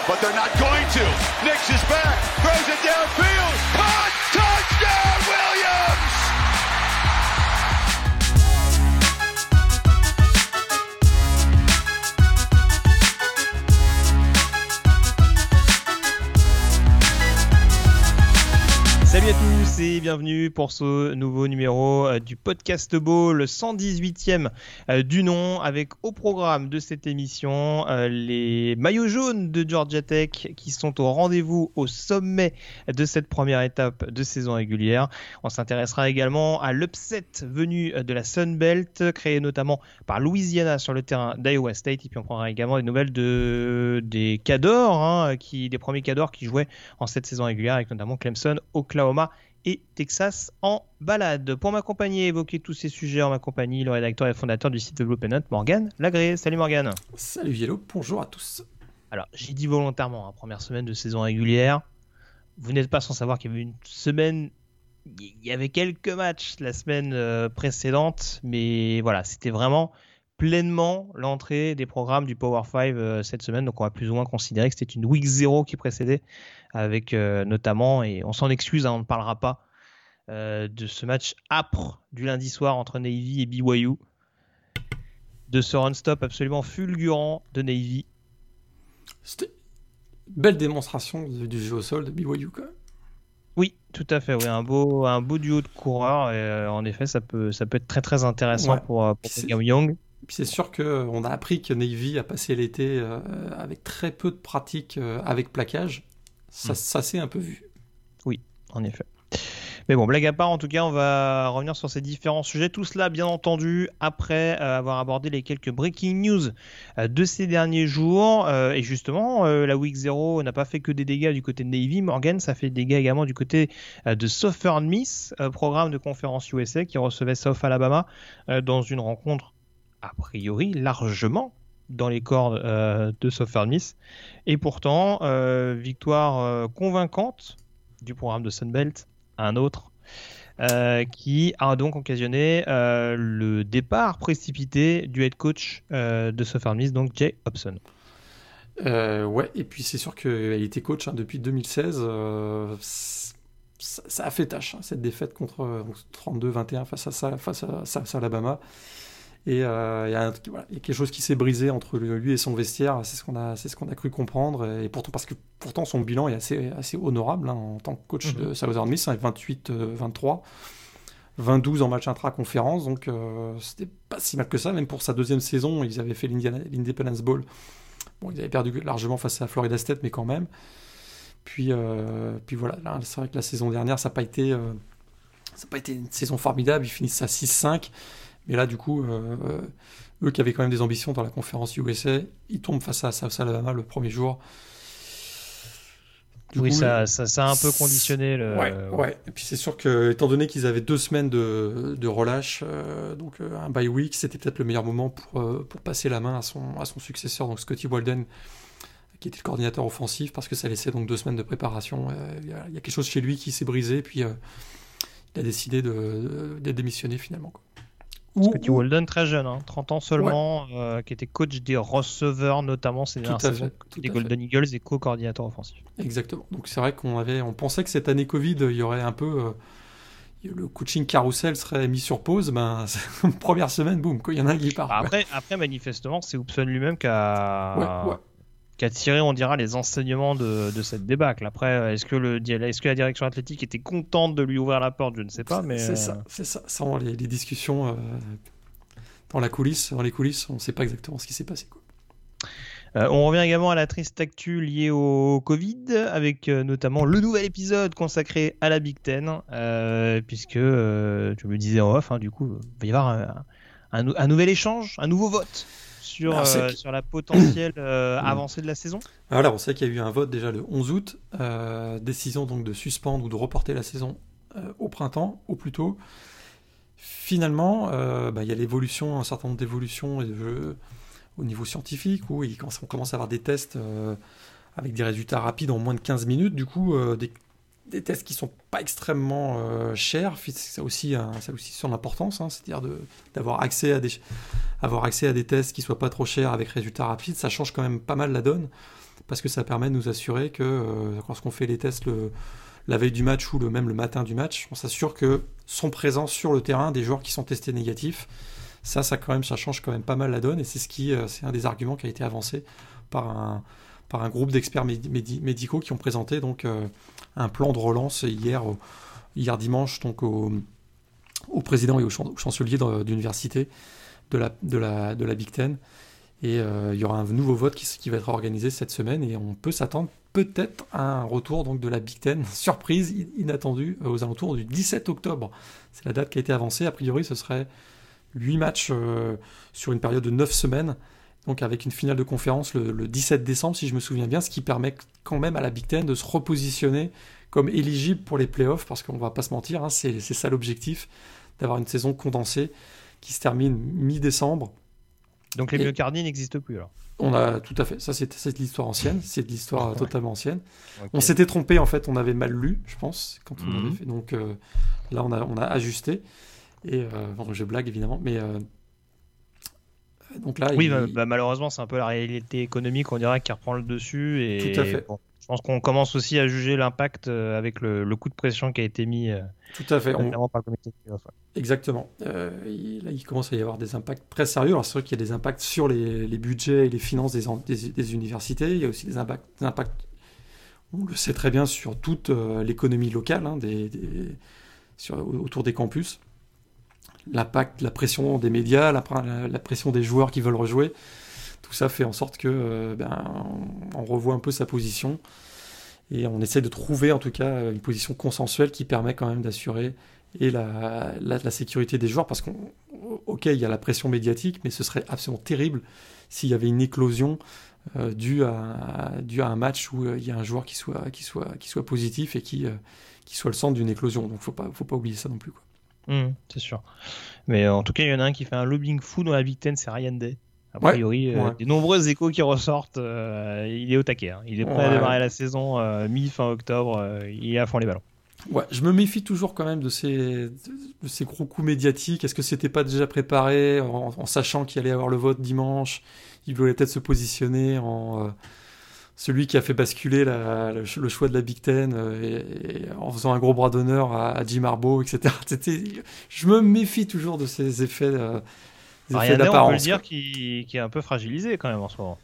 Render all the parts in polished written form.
but they're not going to. Knicks is back, throws it downfield, caught, touchdown Williams! Salut à tous et bienvenue pour ce nouveau numéro du Podcast Ball, le 118e du nom, avec au programme de cette émission les maillots jaunes de Georgia Tech qui sont au rendez-vous au sommet de cette première étape de saison régulière. On s'intéressera également à l'upset venu de la Sun Belt, créé notamment par Louisiana sur le terrain d'Iowa State, et puis on prendra également des nouvelles des Cadors, des premiers Cadors qui jouaient en cette saison régulière, avec notamment Clemson, Oklahoma et Texas en balade. Pour m'accompagner et évoquer tous ces sujets en ma compagnie, le rédacteur et fondateur du site The Blue Pennant, Morgan Lagré. Salut Morgan. Salut Yellow, bonjour à tous. Alors, j'ai dit volontairement, première semaine de saison régulière. Vous n'êtes pas sans savoir qu'il y avait une semaine, il y avait quelques matchs la semaine précédente, mais voilà, c'était vraiment pleinement l'entrée des programmes du Power 5 cette semaine, donc on va plus ou moins considérer que c'était une week 0 qui précédait, avec notamment, et on s'en excuse, on ne parlera pas de ce match âpre du lundi soir entre Navy et BYU, de ce run-stop absolument fulgurant de Navy. C'était une belle démonstration du jeu au sol de BYU quand même. Oui, tout à fait, oui, un beau duo de coureurs, et en effet ça peut être très très intéressant pour Brigham Young. Puis c'est sûr qu'on a appris que Navy a passé l'été avec très peu de pratique avec plaquage. Ça s'est un peu vu. Oui, en effet. Mais bon, blague à part, en tout cas, on va revenir sur ces différents sujets. Tout cela, bien entendu, après avoir abordé les quelques breaking news de ces derniers jours. Et justement, la Week 0 n'a pas fait que des dégâts du côté de Navy. Morgan, ça fait des dégâts également du côté de Southern Miss, programme de conférence USA qui recevait South Alabama dans une rencontre a priori largement dans les cordes de Southern Miss. Et pourtant, victoire convaincante du programme de Sunbelt, un autre, qui a donc occasionné le départ précipité du head coach de Southern Miss, donc Jay Hobson. Ouais, et puis c'est sûr qu'il était coach depuis 2016. Ça a fait tâche, cette défaite contre 32-21 face à Alabama. Et il y a quelque chose qui s'est brisé entre lui et son vestiaire, c'est ce qu'on a cru comprendre. Et pourtant son bilan est assez honorable en tant que coach de Southern Miss, 28-23, 20-12 en match intra-conférence, donc c'était pas si mal que ça. Même pour sa deuxième saison, ils avaient fait l'Independence Bowl. Bon, ils avaient perdu largement face à Florida State, mais quand même. Puis voilà, là, c'est vrai que la saison dernière, ça n'a pas été une saison formidable. Ils finissent à 6-5. Mais là, du coup, eux qui avaient quand même des ambitions dans la conférence USA, ils tombent face à South Alabama le premier jour. Ça a un peu conditionné le... Ouais. Et puis c'est sûr que, étant donné qu'ils avaient 2 semaines de relâche, donc un bye week, c'était peut-être le meilleur moment pour passer la main à son successeur, donc Scotty Walden, qui était le coordinateur offensif, parce que ça laissait donc 2 semaines de préparation. Il y a quelque chose chez lui qui s'est brisé, puis il a décidé de démissionner finalement, quoi. Scotty Walden, très jeune, 30 ans seulement, qui était coach des receveurs notamment ces dernières saisons, des Golden Eagles et co-coordinateur offensif. Exactement. Donc c'est vrai on pensait que cette année Covid, il y aurait un peu le coaching carousel serait mis sur pause. Première semaine, boum, il y en a un qui part. Après, manifestement, c'est Hobson lui-même qui a tiré, on dira, les enseignements de cette débâcle. Après, est-ce que la direction athlétique était contente de lui ouvrir la porte? Je ne sais pas, mais... C'est ça. Sans les discussions dans les coulisses, on ne sait pas exactement ce qui s'est passé, quoi. On revient également à la triste actu liée au Covid, avec notamment le nouvel épisode consacré à la Big Ten, puisque, tu me le disais en off, du coup, il va y avoir un nouvel échange, un nouveau vote sur la potentielle avancée de la saison. Voilà, on sait qu'il y a eu un vote déjà le 11 août, décision donc de suspendre ou de reporter la saison au printemps, au plus tôt. Finalement, il y a un certain nombre d'évolutions au niveau scientifique, où on commence à avoir des tests avec des résultats rapides en moins de 15 minutes, du coup des tests qui ne sont pas extrêmement chers. Ça a aussi son importance, c'est-à-dire d'avoir accès à des tests qui ne soient pas trop chers avec résultats rapides, ça change quand même pas mal la donne. parce que ça permet de nous assurer que lorsqu'on fait les tests la veille du match ou même le matin du match, on s'assure que sont présents sur le terrain des joueurs qui sont testés négatifs. Ça change quand même pas mal la donne, et c'est un des arguments qui a été avancé par un groupe d'experts médicaux qui ont présenté donc un plan de relance hier dimanche, donc au président et au chancelier d'université de la Big Ten. Et il y aura un nouveau vote qui va être organisé cette semaine, et on peut s'attendre peut-être à un retour donc de la Big Ten, surprise, inattendue, aux alentours du 17 octobre. C'est la date qui a été avancée. A priori, ce serait 8 matchs sur une période de 9 semaines, donc avec une finale de conférence le 17 décembre, si je me souviens bien, ce qui permet quand même à la Big Ten de se repositionner comme éligible pour les playoffs, parce qu'on ne va pas se mentir, hein, c'est ça l'objectif, d'avoir une saison condensée qui se termine mi-décembre. Donc les myocardies n'existent plus alors. On a tout à fait, ça c'est de l'histoire ancienne, c'est de l'histoire totalement ancienne. Okay. On s'était trompé en fait, on avait mal lu, je pense, quand on avait fait. Donc là on a ajusté, et je blague évidemment, mais donc là. Oui, malheureusement c'est un peu la réalité économique, on dirait, qui reprend le dessus, et tout à fait. Bon, je pense qu'on commence aussi à juger l'impact avec le coup de pression qui a été mis. Tout à fait. Notamment par le comité de playoff. Exactement. Là, il commence à y avoir des impacts très sérieux. Alors, c'est vrai qu'il y a des impacts sur les budgets et les finances des universités. Il y a aussi des impacts, on le sait très bien, sur toute l'économie locale, hein, autour des campus. L'impact, la pression des médias, la pression des joueurs qui veulent rejouer. Tout ça fait en sorte que on revoit un peu sa position. Et on essaie de trouver en tout cas une position consensuelle qui permet quand même d'assurer et la sécurité des joueurs, parce qu'il y a la pression médiatique, mais ce serait absolument terrible s'il y avait une éclosion due à un match où il y a un joueur qui soit positif et qui soit le centre d'une éclosion. Donc faut pas oublier ça non plus, quoi. C'est sûr. Mais en tout cas, il y en a un qui fait un lobbying fou dans la Big Ten, c'est Ryan Day. A priori, des nombreux échos qui ressortent, il est au taquet. Hein. Il est prêt à démarrer la saison mi-fin octobre, il est à fond les ballons. Ouais, je me méfie toujours quand même de ces gros coups médiatiques. Est-ce que c'était pas déjà préparé en sachant qu'il allait y avoir le vote dimanche? Il voulait peut-être se positionner en celui qui a fait basculer le choix de la Big Ten et en faisant un gros bras d'honneur à Jim Harbaugh, etc. Je me méfie toujours de ces effets. Ryan Day, on peut le dire qui est un peu fragilisé quand même en ce moment.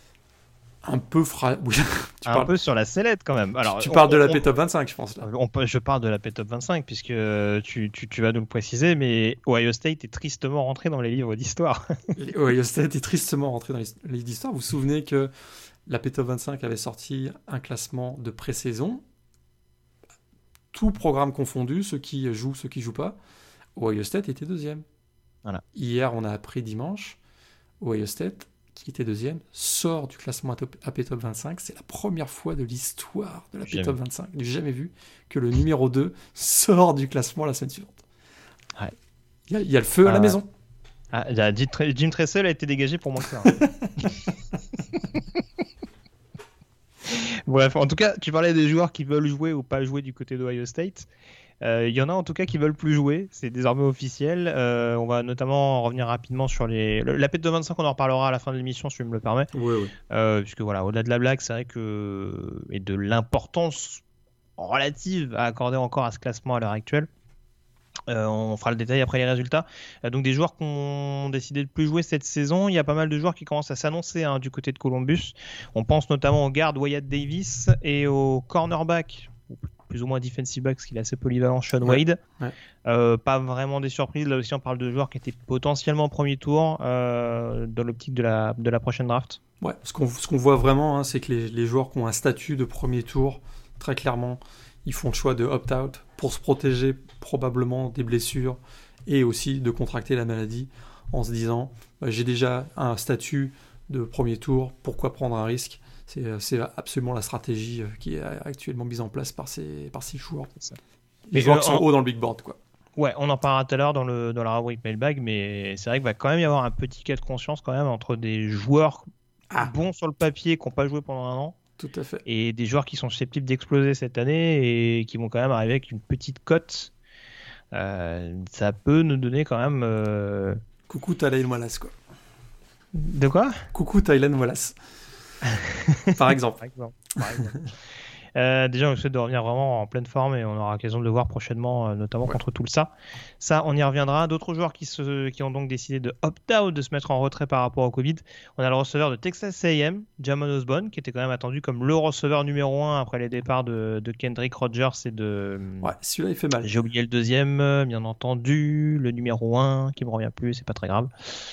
Un peu peu sur la sellette quand même. Alors, tu parles de la P-Top 25, je pense. Là. Je parle de la P-Top 25 puisque tu vas nous le préciser, mais Ohio State est tristement rentré dans les livres d'histoire. Ohio State est tristement rentré dans les livres d'histoire. Vous vous souvenez que la P-Top 25 avait sorti un classement de pré-saison, tout programme confondu, ceux qui jouent, ceux qui jouent pas. Ohio State était deuxième. Voilà. Hier, on a appris dimanche, Ohio State, qui était deuxième, sort du classement AP-Top 25. C'est la première fois de l'histoire de la AP-Top 25. Je n'ai jamais vu que le numéro 2 sort du classement la semaine suivante. Ouais. Il y a le feu à la maison. Jim Tressel a été dégagé pour moins que ça. Bref, en tout cas, tu parlais des joueurs qui veulent jouer ou pas jouer du côté d'Ohio State. Il y en a en tout cas qui veulent plus jouer, c'est désormais officiel. On va notamment revenir rapidement sur la P-Top 25, on en reparlera à la fin de l'émission si tu me le permets. Oui. Puisque voilà, au-delà de la blague, c'est vrai que et de l'importance relative à accorder encore à ce classement à l'heure actuelle. On fera le détail après les résultats. Donc des joueurs qui ont décidé de plus jouer cette saison. Il y a pas mal de joueurs qui commencent à s'annoncer du côté de Columbus. On pense notamment au guard Wyatt Davis et au cornerback, plus ou moins defensive back, parce qu'il est assez polyvalent, Sean Wade. Ouais. Pas vraiment des surprises. Là aussi, on parle de joueurs qui étaient potentiellement premier tour dans l'optique de la prochaine draft. Ouais, ce qu'on voit vraiment, c'est que les joueurs qui ont un statut de premier tour, très clairement, ils font le choix de opt-out pour se protéger probablement des blessures et aussi de contracter la maladie en se disant j'ai déjà un statut de premier tour, pourquoi prendre un risque? C'est absolument la stratégie qui est actuellement mise en place par ces joueurs. Les joueurs qui sont hauts dans le big board, quoi. Ouais, on en parlera tout à l'heure dans la rubrique mailbag, mais c'est vrai qu'il va quand même y avoir un petit cas de conscience quand même entre des joueurs bons sur le papier qui n'ont pas joué pendant un an. Tout à fait. Et des joueurs qui sont susceptibles d'exploser cette année et qui vont quand même arriver avec une petite cote. Ça peut nous donner quand même... Coucou Tylen Wallace, quoi. De quoi ? Coucou Tylen Wallace. Par exemple. Par exemple. Déjà, on souhaite de revenir vraiment en pleine forme et on aura l'occasion de le voir prochainement, notamment contre Tulsa. Ça, on y reviendra. D'autres joueurs qui ont donc décidé de opt-out, de se mettre en retrait par rapport au Covid. On a le receveur de Texas A&M, Jamon Osborne, qui était quand même attendu comme le receveur numéro 1 après les départs de Kendrick Rogers et de... Ouais, celui-là, il fait mal. J'ai oublié le deuxième, bien entendu. Le numéro 1, qui me revient plus, c'est pas très grave.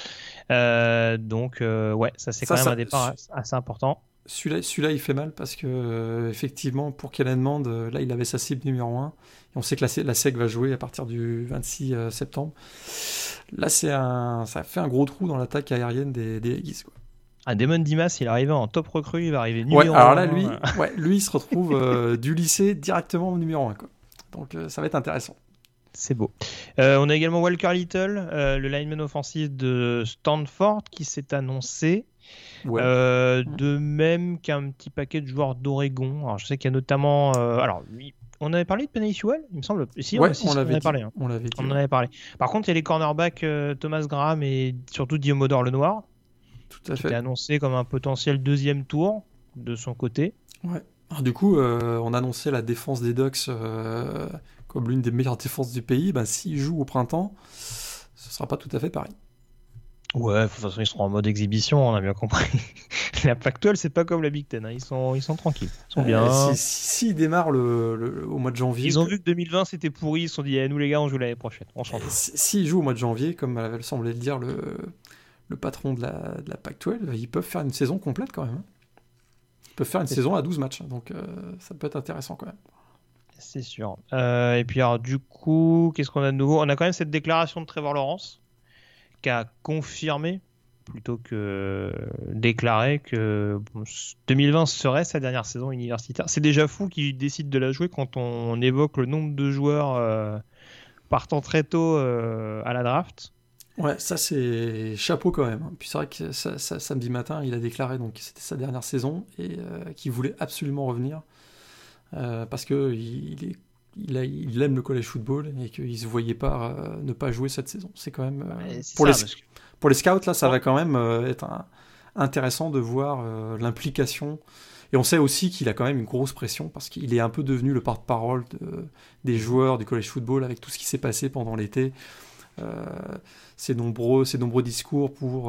Donc, ça, c'est quand même un départ assez important. Celui-là, il fait mal parce que effectivement, pour Kellen Mond, là, il avait sa cible numéro 1. Et on sait que la SEC va jouer à partir du 26 septembre. Là, ça fait un gros trou dans l'attaque aérienne des Aggies, quoi. Damon Dimas, il est arrivé en top recrue, il va arriver numéro 1. Ouais, alors là, lui, il se retrouve du lycée directement au numéro 1, quoi. Donc, ça va être intéressant. C'est beau. On a également Walker Little, le lineman offensif de Stanford, qui s'est annoncé. Ouais. De même qu'un petit paquet de joueurs d'Oregon. Alors, je sais qu'il y a notamment... on avait parlé de Penei Sewell, il me semble. Si, ouais, on avait parlé. Hein. On en avait parlé. Par contre, il y a les cornerbacks Thomas Graham et surtout Diomodor Lenoir. Tout à fait. Qui était annoncé comme un potentiel deuxième tour de son côté. Ouais. Alors, du coup, on annonçait la défense des Ducks comme l'une des meilleures défenses du pays. S'ils jouent au printemps, ce sera pas tout à fait pareil. Ouais, de toute façon, ils seront en mode exhibition, on a bien compris. La Pac-12, c'est pas comme la Big Ten, hein. Ils sont tranquilles. Ils sont bien. S'ils démarrent au mois de janvier. Ils ont vu que 2020 c'était pourri, ils se sont dit, nous les gars, on joue l'année prochaine. On s'en fout. S'ils jouent au mois de janvier, comme semblait le dire le patron de la Pac-12, ils peuvent faire une saison complète quand même. Ils peuvent faire une saison à 12 matchs, donc ça peut être intéressant quand même. C'est sûr. Et puis, alors, du coup, qu'est-ce qu'on a de nouveau ? On a quand même cette déclaration de Trevor Lawrence qui a confirmé, plutôt que déclaré, que 2020 serait sa dernière saison universitaire. C'est déjà fou qu'il décide de la jouer quand on évoque le nombre de joueurs partant très tôt à la draft. Ouais, ça c'est chapeau quand même. Puis c'est vrai que samedi matin, il a déclaré donc que c'était sa dernière saison et qu'il voulait absolument revenir parce que il aime le college football et qu'il ne se voyait pas ne pas jouer cette saison. C'est quand même pour les scouts là, ça va quand même être intéressant de voir l'implication. Et on sait aussi qu'il a quand même une grosse pression parce qu'il est un peu devenu le porte-parole des joueurs du college football avec tout ce qui s'est passé pendant l'été. Ces nombreux discours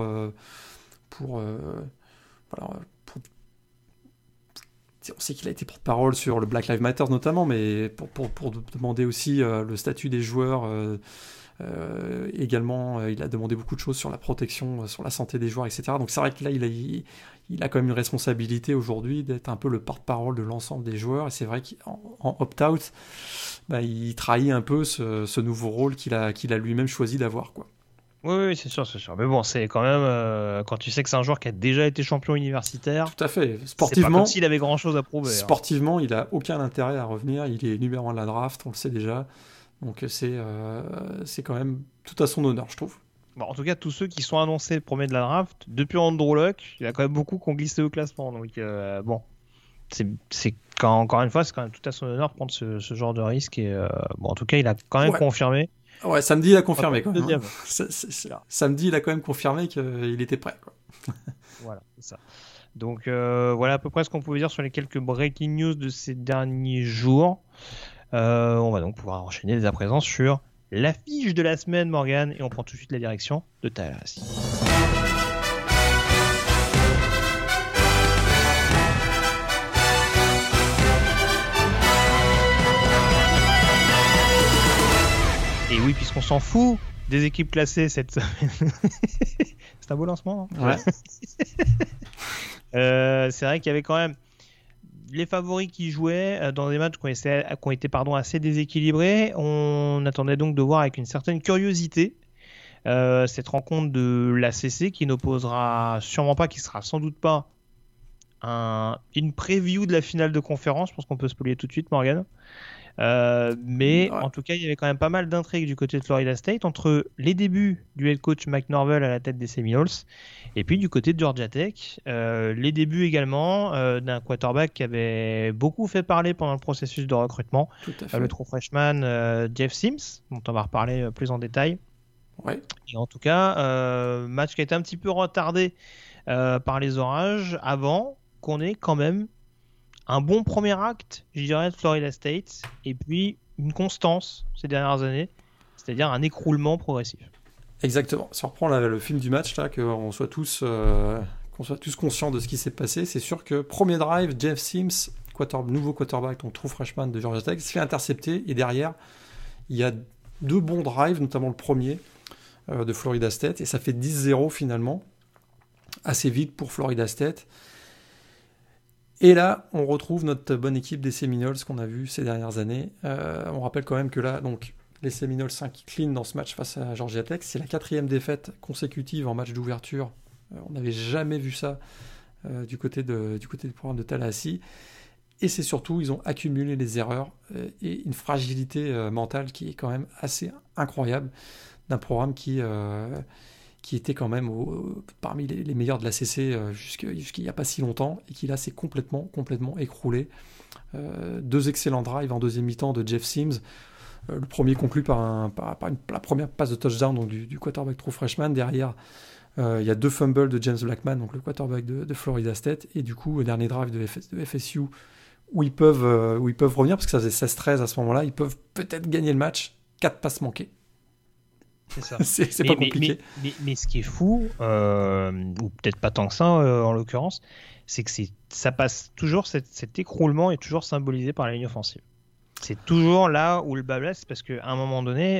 on sait qu'il a été porte-parole sur le Black Lives Matter notamment, mais pour demander aussi le statut des joueurs. Également, il a demandé beaucoup de choses sur la protection, sur la santé des joueurs, etc. Donc c'est vrai que là, il a quand même une responsabilité aujourd'hui d'être un peu le porte-parole de l'ensemble des joueurs. Et c'est vrai qu'en opt-out, il trahit un peu ce nouveau rôle qu'il a lui-même choisi d'avoir, quoi. Oui, c'est sûr. Mais bon, c'est quand même quand tu sais que c'est un joueur qui a déjà été champion universitaire. Tout à fait. Sportivement, c'est pas comme s'il avait grand-chose à prouver. Sportivement, il a aucun intérêt à revenir. Il est numéro 1 de la draft, on le sait déjà. Donc c'est quand même tout à son honneur, je trouve. Bon, en tout cas, tous ceux qui sont annoncés premier de la draft, depuis Andrew Luck, il y a quand même beaucoup qui ont glissé au classement. Donc encore une fois, c'est quand même tout à son honneur de prendre ce genre de risque. Et en tout cas, il a quand même confirmé. Ouais, samedi, il a confirmé. Quand même, samedi, il a quand même confirmé qu'il était prêt, quoi. Voilà, c'est ça. Donc voilà à peu près ce qu'on pouvait dire sur les quelques breaking news de ces derniers jours. On va donc pouvoir enchaîner dès à présent sur l'affiche de la semaine, Morgan, et on prend tout de suite la direction de Tallahassee. Et oui, puisqu'on s'en fout des équipes classées cette semaine. C'est un beau lancement, hein. Ouais. C'est vrai qu'il y avait quand même les favoris qui jouaient dans des matchs qui ont été assez déséquilibrés. On attendait donc de voir avec une certaine curiosité cette rencontre de l'ACC qui n'opposera sûrement pas, qui sera sans doute pas une preview de la finale de conférence. Je pense qu'on peut spoiler tout de suite, Morgan. Mais en tout cas, il y avait quand même pas mal d'intrigues du côté de Florida State entre les débuts du head coach Mike Norvell à la tête des Seminoles et puis du côté de Georgia Tech, les débuts également d'un quarterback qui avait beaucoup fait parler pendant le processus de recrutement, le true freshman Jeff Sims, dont on va reparler plus en détail. Ouais. Et en tout cas, match qui a été un petit peu retardé par les orages avant. qu'on ait quand même un bon premier acte, je dirais, de Florida State, et puis une constance ces dernières années, c'est-à-dire un écroulement progressif. Exactement. Si on reprend le film du match, là, qu'on soit tous conscients de ce qui s'est passé, c'est sûr que premier drive, Jeff Sims, nouveau quarterback, donc true freshman de Georgia Tech, se fait intercepter, et derrière, il y a 2 bons drives, notamment le premier de Florida State, et ça fait 10-0 finalement, assez vite pour Florida State. Et là, on retrouve notre bonne équipe des Seminoles qu'on a vu ces dernières années. On rappelle quand même que là, donc, les Seminoles s'inclinent dans ce match face à Georgia Tech. C'est la 4e défaite consécutive en match d'ouverture. On n'avait jamais vu ça du côté du programme de Tallahassee. Et c'est surtout, ils ont accumulé les erreurs et une fragilité mentale qui est quand même assez incroyable d'un programme qui était quand même parmi les meilleurs de la CC jusqu'il n'y a pas si longtemps, et qui là s'est complètement écroulé. 2 excellents drives en deuxième mi-temps de Jeff Sims. Le premier conclu par la première passe de touchdown donc du quarterback true freshman. Derrière, il y a 2 fumbles de James Blackman, donc le quarterback de Florida State. Et du coup, le dernier drive de FSU, où ils peuvent revenir, parce que ça faisait 16-13 à ce moment-là, ils peuvent peut-être gagner le match. 4 passes manquées. C'est ça. c'est pas compliqué. Mais ce qui est fou, ou peut-être pas tant que ça en l'occurrence, c'est que ça passe toujours, cet écroulement est toujours symbolisé par la ligne offensive. C'est toujours là où le bas blesse, parce qu'à un moment donné,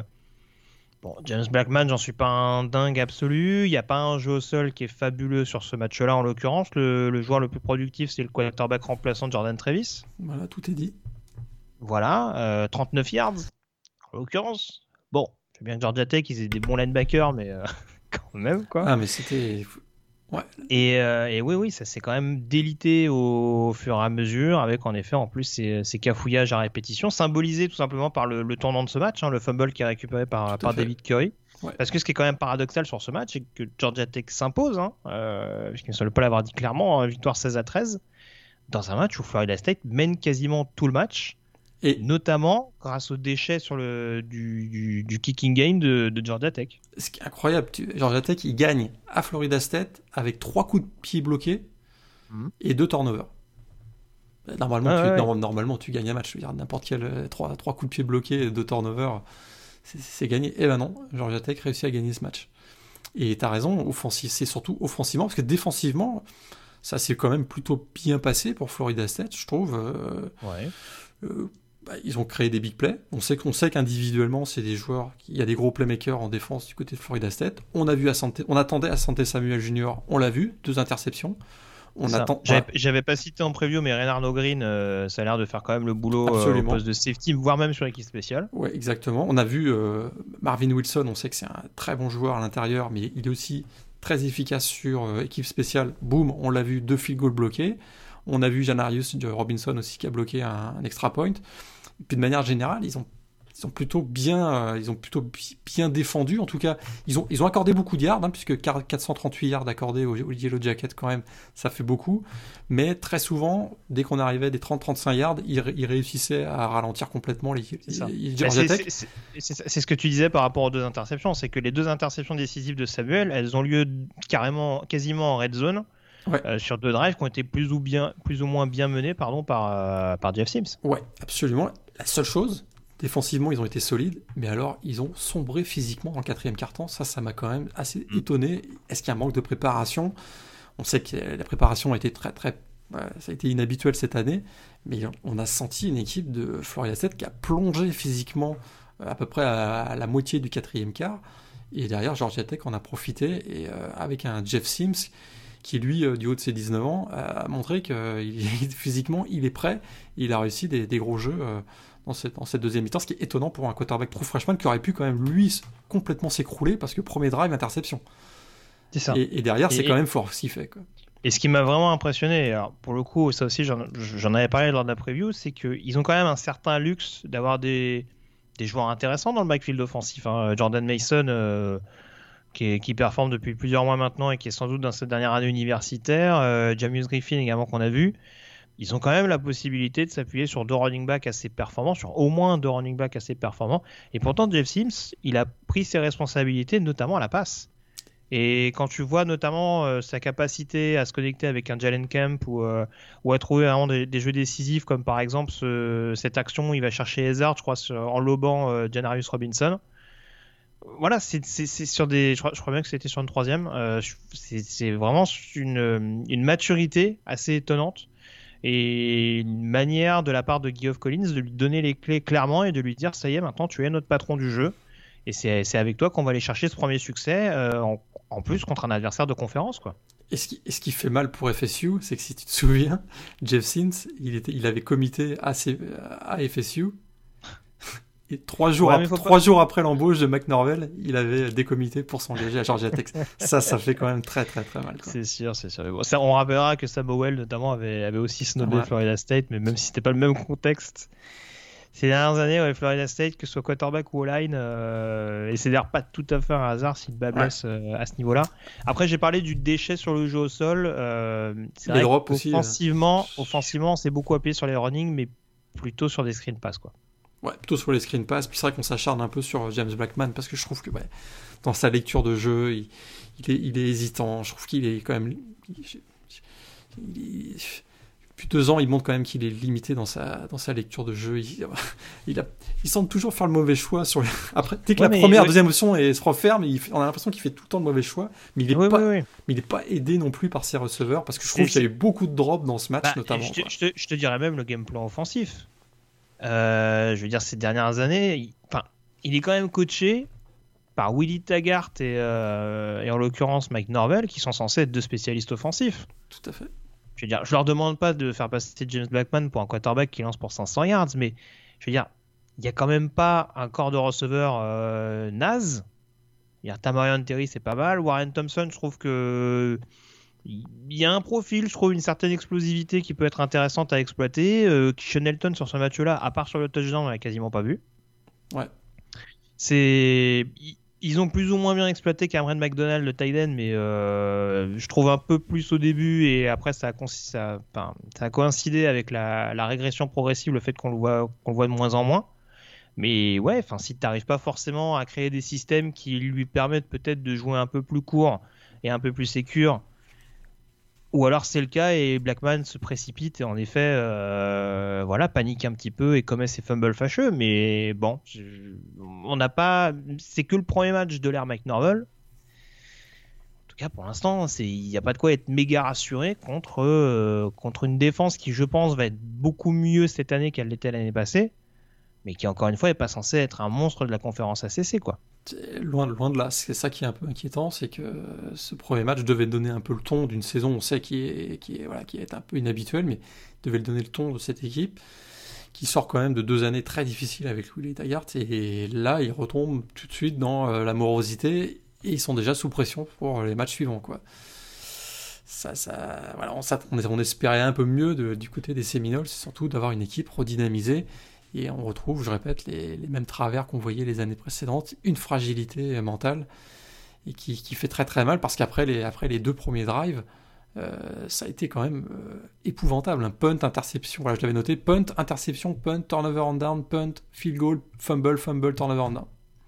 James Blackman, j'en suis pas un dingue absolu. Il n'y a pas un jeu au sol qui est fabuleux sur ce match-là en l'occurrence. Le joueur le plus productif, c'est le quarterback remplaçant de Jordan Travis. Voilà, tout est dit. Voilà, 39 yards en l'occurrence. Bon, je sais bien que Georgia Tech, ils aient des bons linebackers, mais quand même, quoi. Ah, mais c'était... Ouais. Et oui, ça s'est quand même délité au fur et à mesure, avec en effet en plus ces cafouillages à répétition, symbolisés tout simplement par le tournant de ce match, le fumble qui est récupéré par David Curry. Ouais. Parce que ce qui est quand même paradoxal sur ce match, c'est que Georgia Tech s'impose, puisqu'il ne semble pas l'avoir dit clairement, victoire 16-13, dans un match où Florida State mène quasiment tout le match. Et notamment grâce aux déchets du kicking game de Georgia Tech. Ce qui est incroyable, Georgia Tech, il gagne à Florida State avec 3 coups de pied bloqués et 2 turnovers. Normalement, tu gagnes un match. Je veux dire, n'importe quel 3 coups de pied bloqués et 2 turnovers, c'est gagné. Et ben non, Georgia Tech réussit à gagner ce match. Et t'as raison, c'est surtout offensivement, parce que défensivement, ça s'est quand même plutôt bien passé pour Florida State, je trouve. Ils ont créé des big plays. On sait qu'individuellement, c'est des joueurs. Il y a des gros playmakers en défense du côté de Florida State. On attendait Asante Samuel Jr. On l'a vu, 2 interceptions. J'avais pas cité en preview, mais Reynaldo Green, ça a l'air de faire quand même le boulot au poste de safety, voire même sur l'équipe spéciale. Ouais, exactement. On a vu Marvin Wilson. On sait que c'est un très bon joueur à l'intérieur, mais il est aussi très efficace sur équipe spéciale. Boum, on l'a vu, 2 field goals bloqués. On a vu Janarius Robinson aussi qui a bloqué un extra point. Et puis de manière générale, ils ont plutôt bien défendu. En tout cas, ils ont accordé beaucoup de yards, puisque 438 yards accordés aux Yellow Jackets, quand même, ça fait beaucoup. Mais très souvent, dès qu'on arrivait à des 30-35 yards, ils réussissaient à ralentir complètement les Georgia Tech. C'est ce que tu disais par rapport aux 2 interceptions, c'est que les 2 interceptions décisives de Samuel, elles ont lieu quasiment en red zone. Ouais. Sur 2 drives qui ont été plus ou moins bien menés par Jeff Sims. Ouais, absolument. La seule chose, défensivement, ils ont été solides, mais alors ils ont sombré physiquement dans le 4e quart-temps. Ça m'a quand même assez étonné. Est-ce qu'il y a un manque de préparation ? On sait que la préparation a été ça a été inhabituel cette année, mais on a senti une équipe de Florida State qui a plongé physiquement à peu près à la moitié du 4e quart. Et derrière, Georgia Tech en a profité, et avec un Jeff Sims qui lui, du haut de ses 19 ans, a montré que physiquement, il est prêt. Il a réussi des gros jeux dans cette deuxième mi-temps, ce qui est étonnant pour un quarterback true freshman qui aurait pu quand même, lui, complètement s'écrouler, parce que premier drive, interception. C'est ça. Et derrière, c'est quand même fort ce qu'il fait, quoi. Et ce qui m'a vraiment impressionné, alors pour le coup, ça aussi, j'en avais parlé lors de la preview, c'est qu'ils ont quand même un certain luxe d'avoir des joueurs intéressants dans le backfield offensif. Jordan Mason... qui performe depuis plusieurs mois maintenant et qui est sans doute dans cette dernière année universitaire. Jamius Griffin également qu'on a vu. Ils ont quand même la possibilité de s'appuyer sur 2 running backs assez performants, sur au moins 2 running backs assez performants. Et pourtant, Jeff Sims, il a pris ses responsabilités, notamment à la passe. Et quand tu vois notamment sa capacité à se connecter avec un Jalen Camp ou à trouver vraiment des jeux décisifs, comme par exemple cette action où il va chercher Hazard, je crois, en lobant Janarius Robinson. Voilà, c'est sur des. Je crois bien que c'était sur une troisième. C'est vraiment une maturité assez étonnante et une manière de la part de Geoff Collins de lui donner les clés clairement et de lui dire ça y est, maintenant tu es notre patron du jeu. Et c'est avec toi qu'on va aller chercher ce premier succès, en plus contre un adversaire de conférence, quoi. Et ce qui fait mal pour FSU, c'est que si tu te souviens, Jeff Sims, il avait commité à FSU. Et 3 jours après l'embauche de McNorvell, il avait décommité pour s'engager à Georgia Tech. Ça fait quand même très très très mal, quoi. C'est sûr. Bon, ça, on rappellera que Sam Howell notamment avait aussi snobé Florida State, mais même si c'était pas le même contexte. Ces dernières années, Florida State, que ce soit quarterback ou O-line, et c'est d'ailleurs pas tout à fait un hasard s'il bat blesse à ce niveau-là. Après, j'ai parlé du déchet sur le jeu au sol. C'est vrai qu'offensivement, c'est beaucoup appuyé sur les running, mais plutôt sur des screen pass, quoi. Ouais, plutôt sur les screen pass. Puis c'est vrai qu'on s'acharne un peu sur James Blackman parce que je trouve que dans sa lecture de jeu, il est hésitant. Je trouve qu'il est quand même. Depuis 2 ans, il montre quand même qu'il est limité dans sa lecture de jeu. Il semble toujours faire le mauvais choix après. Dès que deuxième option se referme, on a l'impression qu'il fait tout le temps de mauvais choix. Mais il n'est pas aidé non plus par ses receveurs parce que je trouve qu'il y a eu beaucoup de drops dans ce match, notamment. Je te dirais même le game plan offensif. Je veux dire, ces dernières années, il est quand même coaché par Willie Taggart et en l'occurrence Mike Norvell, qui sont censés être 2 spécialistes offensifs. Tout à fait. Je veux dire, je leur demande pas de faire passer James Blackman pour un quarterback qui lance pour 500 yards, mais je veux dire, il y a quand même pas un corps de receveur naze. Tamarion Terry, c'est pas mal. Warren Thompson, je trouve que il y a un profil, je trouve une certaine explosivité qui peut être intéressante à exploiter. Sean Elton sur ce match-là, à part sur le touchdown, on l'a quasiment pas vu. Ouais. Ils ont plus ou moins bien exploité Cameron McDonald, le tight end, mais je trouve un peu plus au début et après ça a coïncidé avec la régression progressive, le fait qu'on le voit de moins en moins. Mais ouais, si tu n'arrives pas forcément à créer des systèmes qui lui permettent peut-être de jouer un peu plus court et un peu plus sécure, ou alors c'est le cas et Blackman se précipite et en effet panique un petit peu et commet ses fumbles fâcheux, mais bon, on n'a pas, c'est que le premier match de l'ère Mike Norvell. En tout cas pour l'instant il n'y a pas de quoi être méga rassuré contre une défense qui je pense va être beaucoup mieux cette année qu'elle l'était l'année passée, mais qui encore une fois n'est pas censée être un monstre de la conférence ACC, quoi. Loin de là, c'est ça qui est un peu inquiétant, c'est que ce premier match devait donner un peu le ton d'une saison, on sait qui est un peu inhabituelle, mais devait donner le ton de cette équipe qui sort quand même de 2 années très difficiles avec Willie Taggart, et là ils retombent tout de suite dans la morosité et ils sont déjà sous pression pour les matchs suivants, quoi. On espérait un peu mieux du côté des Seminoles, surtout d'avoir une équipe redynamisée. Et on retrouve, je répète, les mêmes travers qu'on voyait les années précédentes, une fragilité mentale et qui fait très très mal parce qu'après les 2 premiers drives, ça a été quand même épouvantable. Un punt, interception, voilà, je l'avais noté, punt, interception, punt, turnover on down, punt, field goal, fumble, turnover on down.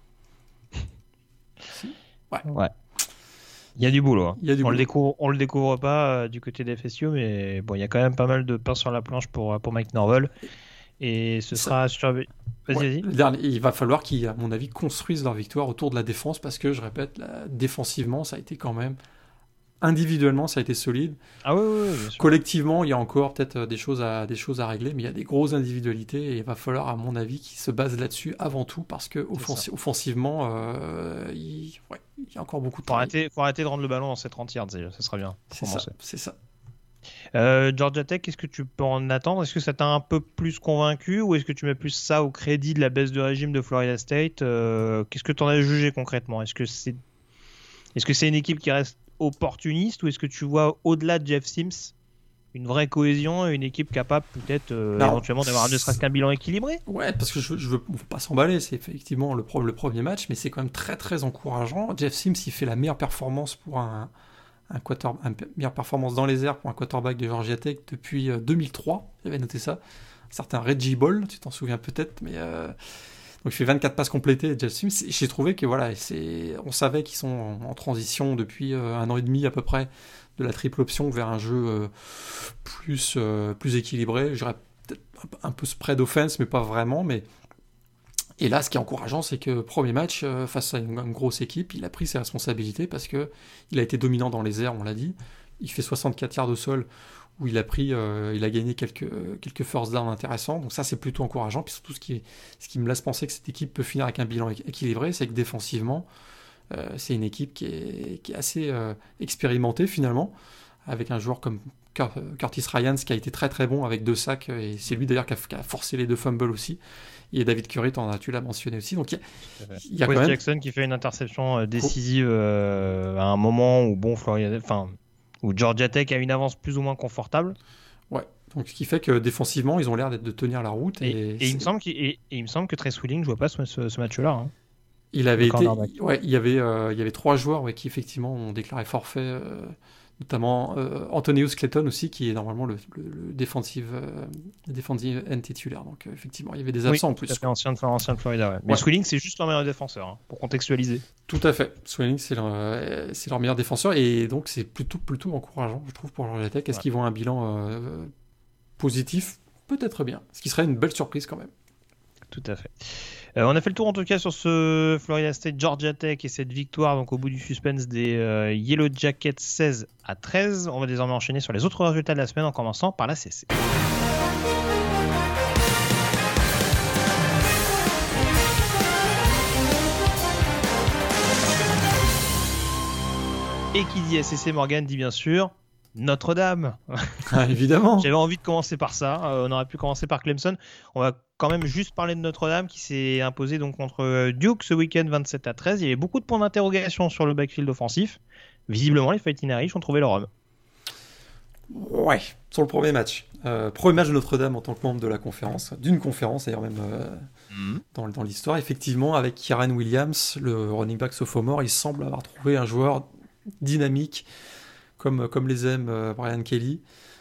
Ouais. Il y a du boulot. Hein. On le découvre pas du côté des FSU, mais bon, il y a quand même pas mal de pain sur la planche pour Mike Norvell. Et ce sera sur... Vas-y. Il va falloir qu'ils, à mon avis, construisent leur victoire autour de la défense parce que, je répète, défensivement, ça a été quand même... Individuellement, ça a été solide. Ah oui, bien sûr. Collectivement, il y a encore peut-être des choses à régler, mais il y a des grosses individualités et il va falloir, à mon avis, qu'ils se basent là-dessus avant tout parce que offensivement, il y a encore beaucoup de travail. Faut arrêter de rendre le ballon dans ces 30 yards, ça sera bien. C'est ça. Georgia Tech, qu'est-ce que tu peux en attendre? Est-ce que ça t'a un peu plus convaincu ou est-ce que tu mets plus ça au crédit de la baisse de régime de Florida State? Qu'est-ce que tu en as jugé concrètement? Est-ce que c'est une équipe qui reste opportuniste ou est-ce que tu vois au-delà de Jeff Sims une vraie cohésion et une équipe capable peut-être éventuellement d'avoir ne serait-ce qu'un bilan équilibré? Ouais, parce que je veux pas s'emballer, c'est effectivement le premier match, mais c'est quand même très très encourageant. Jeff Sims, il fait la meilleure performance pour une meilleure performance dans les airs pour un quarterback de Georgia Tech depuis 2003, j'avais noté ça. Un certain Reggie Ball, tu t'en souviens peut-être, mais Donc il fait 24 passes complétées. Jeff Sims, j'ai trouvé que voilà, on savait qu'ils sont en transition depuis 1 an et demi à peu près de la triple option vers un jeu plus équilibré. Je dirais peut-être un peu spread offense, mais pas vraiment. Et là, ce qui est encourageant, c'est que premier match face à une grosse équipe, il a pris ses responsabilités parce que il a été dominant dans les airs, on l'a dit. Il fait 64 yards au sol où il a gagné quelques first downs intéressants. Donc ça, c'est plutôt encourageant. Puis surtout, ce qui me laisse penser que cette équipe peut finir avec un bilan équilibré, c'est que défensivement, c'est une équipe qui est assez expérimentée finalement, avec un joueur comme Curtis Ryans qui a été très très bon avec 2 sacs, et c'est lui d'ailleurs qui a forcé les 2 fumbles aussi. Et David Curry, tu l'as mentionné aussi. Donc il y a quand même Jackson qui fait une interception décisive à un moment où où Georgia Tech a une avance plus ou moins confortable. Ouais. Donc ce qui fait que défensivement, ils ont l'air de tenir la route. Et il me semble que Trey Swilling ne jouait pas ce match-là. Hein. Il y avait 3 joueurs qui effectivement ont déclaré forfait, notamment Anthonius Clayton aussi, qui est normalement le defensive end titulaire. Donc effectivement, il y avait des absents en plus. Oui, ancien de Florida. Ouais. Mais Swilling, c'est juste leur meilleur défenseur, hein, pour contextualiser. Tout à fait. Swilling, c'est leur meilleur défenseur, et donc c'est plutôt encourageant, je trouve, pour Georgia Tech. Est-ce qu'ils vont un bilan positif? Peut-être bien. Ce qui serait une belle surprise quand même. Tout à fait. On a fait le tour en tout cas sur ce Florida State Georgia Tech et cette victoire donc au bout du suspense des Yellow Jackets 16-13. On va désormais enchaîner sur les autres résultats de la semaine en commençant par la CC. Et qui dit SCC, Morgan dit bien sûr Notre-Dame. Ah, évidemment. J'avais envie de commencer par ça. On aurait pu commencer par Clemson. On va quand même juste parler de Notre-Dame qui s'est imposé donc contre Duke ce week-end 27-13. Il y avait beaucoup de points d'interrogation sur le backfield offensif. Visiblement, les Fighting Irish ont trouvé leur homme. Ouais, sur le premier match. Premier match de Notre-Dame en tant que membre de la conférence, d'une conférence d'ailleurs même dans l'histoire. Effectivement, avec Kyren Williams, le running back sophomore, il semble avoir trouvé un joueur dynamique comme les aime Brian Kelly.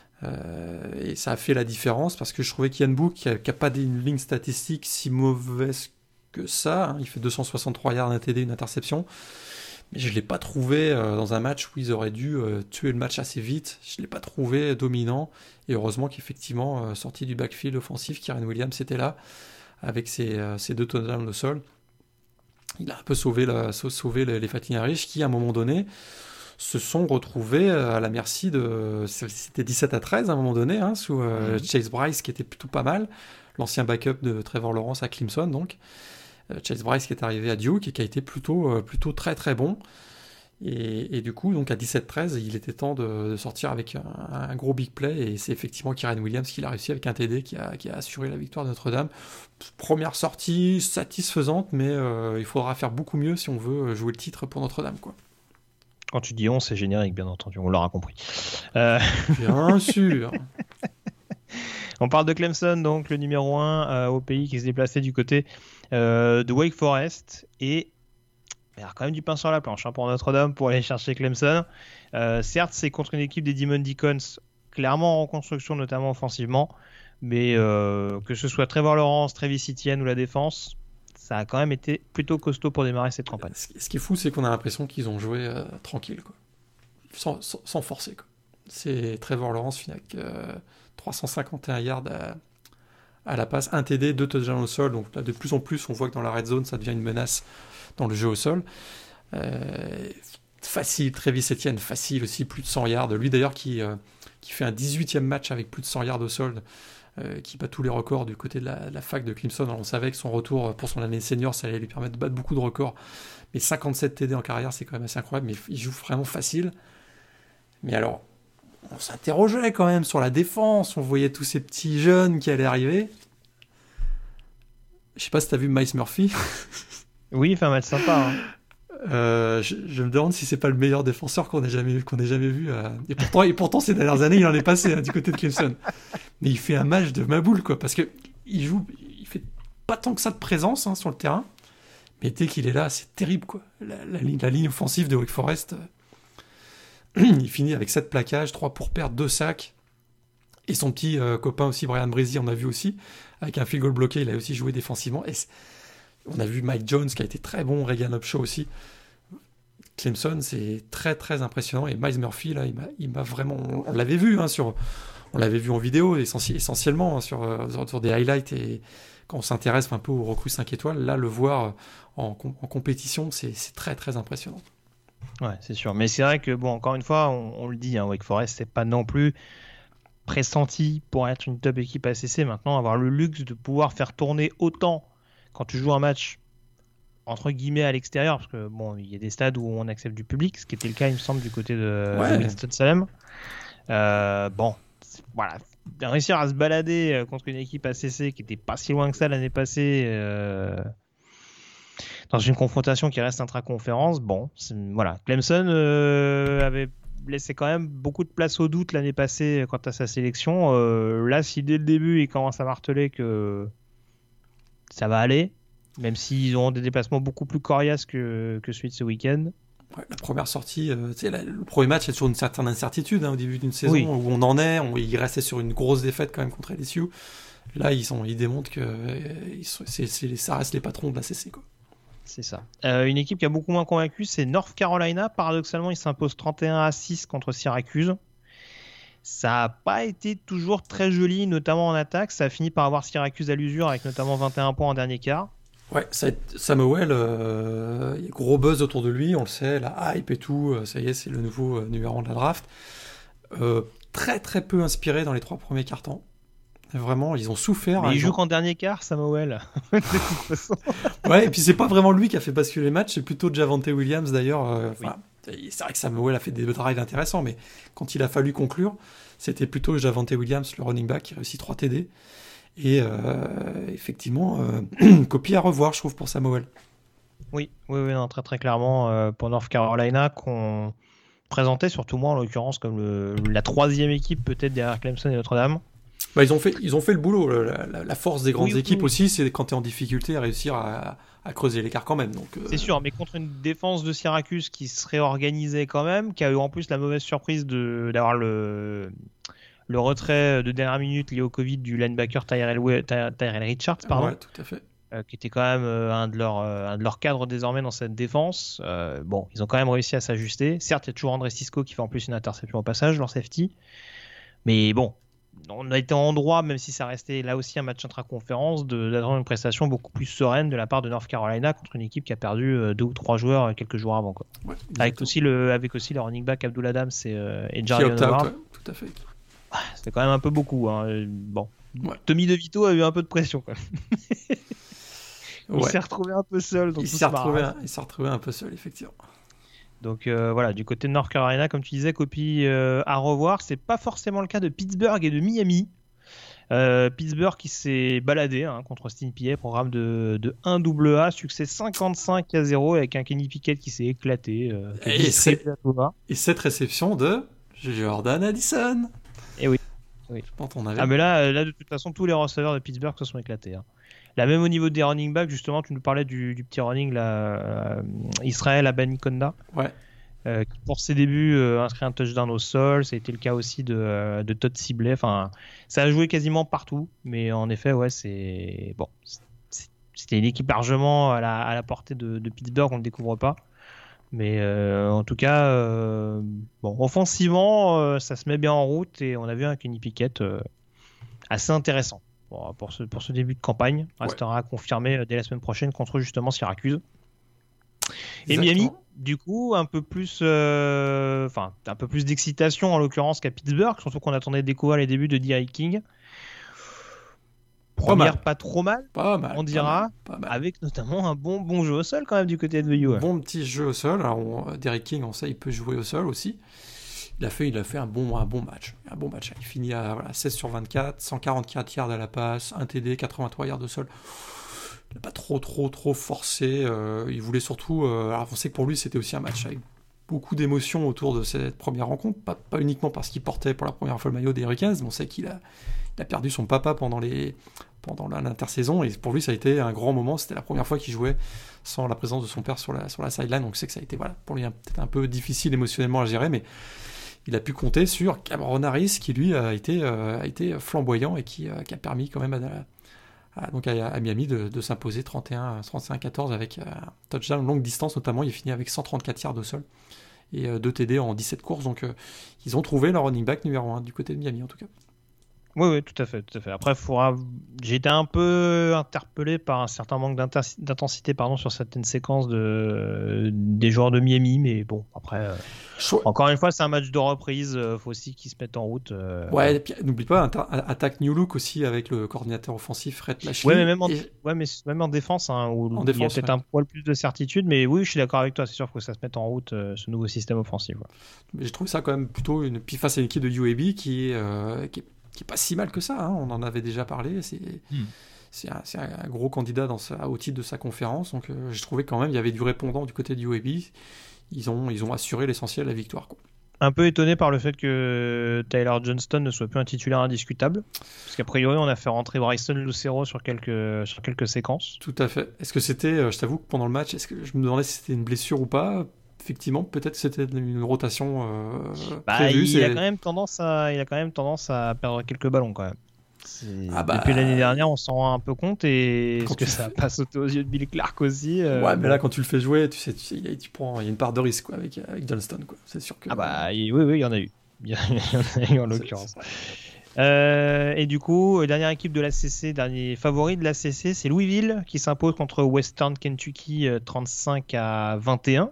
Et ça a fait la différence parce que je trouvais qu'Ian Book, qui n'a pas une ligne statistique si mauvaise que ça, hein, il fait 263 yards, un TD, une interception, mais je ne l'ai pas trouvé dans un match où ils auraient dû tuer le match assez vite. Je ne l'ai pas trouvé dominant, et heureusement qu'effectivement, sorti du backfield offensif, Kyren Williams était là avec ses 2 touchdowns au sol. Il a un peu sauvé les Fighting Irish qui, à un moment donné, se sont retrouvés à la merci de... C'était 17-13 à un moment donné, hein, sous Chase Bryce, qui était plutôt pas mal, l'ancien backup de Trevor Lawrence à Clemson, donc. Chase Bryce qui est arrivé à Duke et qui a été plutôt très très bon. Et du coup, donc à 17-13, il était temps de sortir avec un gros big play, et c'est effectivement Kyren Williams qui l'a réussi avec un TD qui a assuré la victoire de Notre-Dame. Première sortie satisfaisante, mais il faudra faire beaucoup mieux si on veut jouer le titre pour Notre-Dame, quoi. Quand tu dis on, c'est générique, bien entendu, on l'aura compris. Bien sûr. On parle de Clemson, donc le numéro 1 au pays, qui se déplaçait du côté de Wake Forest, et il y a quand même du pain sur la planche pour Notre-Dame pour aller chercher Clemson. Certes, c'est contre une équipe des Demon Deacons clairement en reconstruction, notamment offensivement, mais que ce soit Trevor Lawrence, Travis Etienne ou la défense, ça a quand même été plutôt costaud pour démarrer cette campagne. Ce qui est fou, c'est qu'on a l'impression qu'ils ont joué tranquille, quoi. Sans forcer, quoi. C'est Trevor Lawrence finit avec 351 yards à la passe, un TD, 2 touchdowns au sol. Donc là, de plus en plus, on voit que dans la red zone, ça devient une menace dans le jeu au sol. Facile, Travis Etienne, facile aussi, plus de 100 yards. Lui d'ailleurs qui fait un 18e match avec plus de 100 yards au sol, qui bat tous les records du côté de la fac de Clemson. Alors, on savait que son retour pour son année senior, ça allait lui permettre de battre beaucoup de records. Mais 57 TD en carrière, c'est quand même assez incroyable. Mais il joue vraiment facile. Mais alors, on s'interrogeait quand même sur la défense. On voyait tous ces petits jeunes qui allaient arriver. Je sais pas si t'as vu Miles Murphy. Oui, il fait un match sympa. Hein. Je me demande si c'est pas le meilleur défenseur qu'on ait jamais vu. Et pourtant, ces dernières années, il en est passé du côté de Clemson. Mais il fait un match de maboule, quoi, parce que il fait pas tant que ça de présence sur le terrain. Mais dès qu'il est là, c'est terrible, quoi. La ligne offensive de Wake Forest, il finit avec 7 plaquages, 3 pour perdre, 2 sacs. Et son petit copain aussi, Brian Breezy, on a vu aussi, avec un field goal bloqué, il a aussi joué défensivement. Et On a vu Mike Jones qui a été très bon, Regan Upshaw aussi. Clemson, c'est très très impressionnant. Et Miles Murphy, là, il m'a vraiment... On l'avait vu, on l'avait vu en vidéo essentiellement sur des highlights. Et quand on s'intéresse un peu aux recrues 5 étoiles, là, le voir en compétition, c'est très très impressionnant. Ouais, c'est sûr. Mais c'est vrai que, bon, encore une fois, on le dit, Wake Forest, c'est pas non plus pressenti pour être une top équipe ACC. Maintenant, avoir le luxe de pouvoir faire tourner autant quand tu joues un match entre guillemets à l'extérieur, parce que bon, il y a des stades où on accepte du public, ce qui était le cas, il me semble, du côté de Winston-Salem. Bon, voilà, réussir à se balader contre une équipe ACC qui était pas si loin que ça l'année passée, dans une confrontation qui reste intra-conférence. Bon, voilà, Clemson avait laissé quand même beaucoup de place au doute l'année passée quant à sa sélection. Là, si dès le début il commence à marteler que ça va aller, même s'ils ont des déplacements beaucoup plus coriaces que celui de ce week-end. Ouais, la première sortie, le premier match, il y a toujours une certaine incertitude au début d'une saison, où on en est. Il restait sur une grosse défaite quand même contre LSU. Là, ils démontrent que ça reste les patrons de la CC, quoi. C'est ça. Une équipe qui a beaucoup moins convaincu, c'est North Carolina. Paradoxalement, ils s'imposent 31-6 contre Syracuse. Ça n'a pas été toujours très joli, notamment en attaque. Ça a fini par avoir Syracuse à l'usure, avec notamment 21 points en dernier quart. Ouais, Samuel, il y a gros buzz autour de lui, on le sait, la hype et tout, ça y est, c'est le nouveau numéro 1 de la draft. Très très peu inspiré dans les 3 premiers quarts-temps. Vraiment, ils ont souffert. Mais il joue qu'en dernier quart, Samuel. De toute façon. Ouais, et puis c'est pas vraiment lui qui a fait basculer le match, c'est plutôt Javonte Williams d'ailleurs. Oui. C'est vrai que Samuel a fait des drives intéressants, mais quand il a fallu conclure, c'était plutôt Javonte Williams, le running back, qui réussit 3 TD. Et effectivement, copie à revoir, je trouve, pour Samuel. Oui, non, très très clairement pour North Carolina, qu'on présentait surtout moi en l'occurrence comme la 3e équipe peut-être derrière Clemson et Notre-Dame. Bah, ils ont fait le boulot. La force des grandes équipes aussi, c'est quand tu es en difficulté à réussir à creuser l'écart quand même. Donc, c'est sûr, mais contre une défense de Syracuse qui se réorganisait quand même, qui a eu en plus la mauvaise surprise d'avoir le retrait de dernière minute lié au Covid du linebacker Tyrell Richards, pardon, ouais, tout à fait. Qui était quand même un de leurs cadres désormais dans cette défense. Bon, ils ont quand même réussi à s'ajuster. Certes, il y a toujours André Cisco qui fait en plus une interception au passage, leur safety. Mais bon, on a été en droit, même si ça restait là aussi un match intra-conférence, d'attendre une prestation beaucoup plus sereine de la part de North Carolina contre une équipe qui a perdu 2 ou 3 joueurs quelques jours avant, quoi. Ouais, avec aussi le running back Abdul Adams et Jarion Howard. Ouais, tout à fait. C'était quand même un peu beaucoup. Bon, ouais. Tommy DeVito a eu un peu de pression, quoi. Il s'est retrouvé un peu seul. Il s'est retrouvé un peu seul, effectivement. Donc voilà, du côté de North Carolina, comme tu disais, copie à revoir. C'est pas forcément le cas de Pittsburgh et de Miami. Pittsburgh qui s'est baladé contre Austin Peay, programme de 1AA, succès 55-0 avec un Kenny Pickett qui s'est éclaté. Et cette réception de Jordan Addison. Et oui. Mais là, de toute façon, tous les receveurs de Pittsburgh se sont éclatés. Là, même au niveau des running backs, justement, tu nous parlais du petit running là, Israël Abanikonda, qui pour ses débuts inscrit un touchdown au sol. Ça a été le cas aussi de Todd Sibley. Enfin, ça a joué quasiment partout, mais en effet, c'était une équipe largement à la portée de Pittsburgh, on ne le découvre pas. Mais en tout cas, offensivement, ça se met bien en route et on a vu un Kenny Pickett assez intéressant. Pour ce début de campagne, restera à confirmer dès la semaine prochaine contre justement Syracuse. Et Miami, du coup, un peu plus d'excitation en l'occurrence qu'à Pittsburgh, surtout qu'on attendait découvrir les débuts de Derrick King. Première pas trop mal, on dira, pas mal. Avec notamment un bon jeu au sol quand même du côté de VU. Bon petit jeu au sol. Alors Derrick King, on sait, il peut jouer au sol aussi. Il a fait un bon match. Il finit à 16 sur 24, 144 yards à la passe, 1 TD, 83 yards de sol. Il n'a pas trop forcé. Il voulait surtout... alors on sait que pour lui, c'était aussi un match avec beaucoup d'émotions autour de cette première rencontre. Pas uniquement parce qu'il portait pour la première fois le maillot des Hurricanes, mais on sait qu'il a perdu son papa pendant l'intersaison. Et pour lui, ça a été un grand moment. C'était la première fois qu'il jouait sans la présence de son père sur la sideline. Donc c'est que ça a été pour lui peut-être un peu difficile émotionnellement à gérer, mais... il a pu compter sur Cameron Harris qui lui a été flamboyant et qui a permis quand même donc à Miami de s'imposer 31-14 avec un touchdown longue distance notamment. Il finit avec 134 yards au sol et 2 TD en 17 courses. Donc ils ont trouvé leur running back numéro 1 du côté de Miami en tout cas. Oui, tout à fait. Après, j'ai été un peu interpellé par un certain manque d'intensité sur certaines séquences des joueurs de Miami, mais bon, après, encore une fois, c'est un match de reprise, faut aussi qu'ils se mettent en route. Ouais, et puis, n'oublie pas, attaque New Look aussi avec le coordinateur offensif Rhett Lashlee. Ouais, mais même en défense, où il y a peut-être un poil plus de certitude, mais oui, je suis d'accord avec toi, c'est sûr qu'il faut que ça se mette en route, ce nouveau système offensif. Ouais. Mais je trouve ça quand même plutôt puis face à une équipe de UAB qui est pas si mal que ça, on en avait déjà parlé, c'est un gros candidat au titre de sa conférence, donc je trouvais quand même il y avait du répondant du côté du UAB, ils ont assuré l'essentiel de la victoire, quoi. Un peu étonné par le fait que Tyler Johnston ne soit plus un titulaire indiscutable, parce qu'a priori on a fait rentrer Bryson Lucero sur quelques séquences. Tout à fait. Est-ce que c'était, je t'avoue que pendant le match, est-ce que je me demandais si c'était une blessure ou pas? Effectivement, peut-être c'était une rotation prévue. Il a quand même tendance à perdre quelques ballons quand même. Depuis l'année dernière, on s'en rend un peu compte et est-ce que ça va pas sauter aux yeux de Bill Clark aussi Ouais, mais là, quand tu le fais jouer, tu sais, il y a une part de risque quoi, avec Johnston, quoi. C'est sûr que. Oui, il y en a eu. Il y en a eu en l'occurrence. Et du coup, dernière équipe de l'ACC, dernier favori de l'ACC, c'est Louisville qui s'impose contre Western Kentucky 35-21.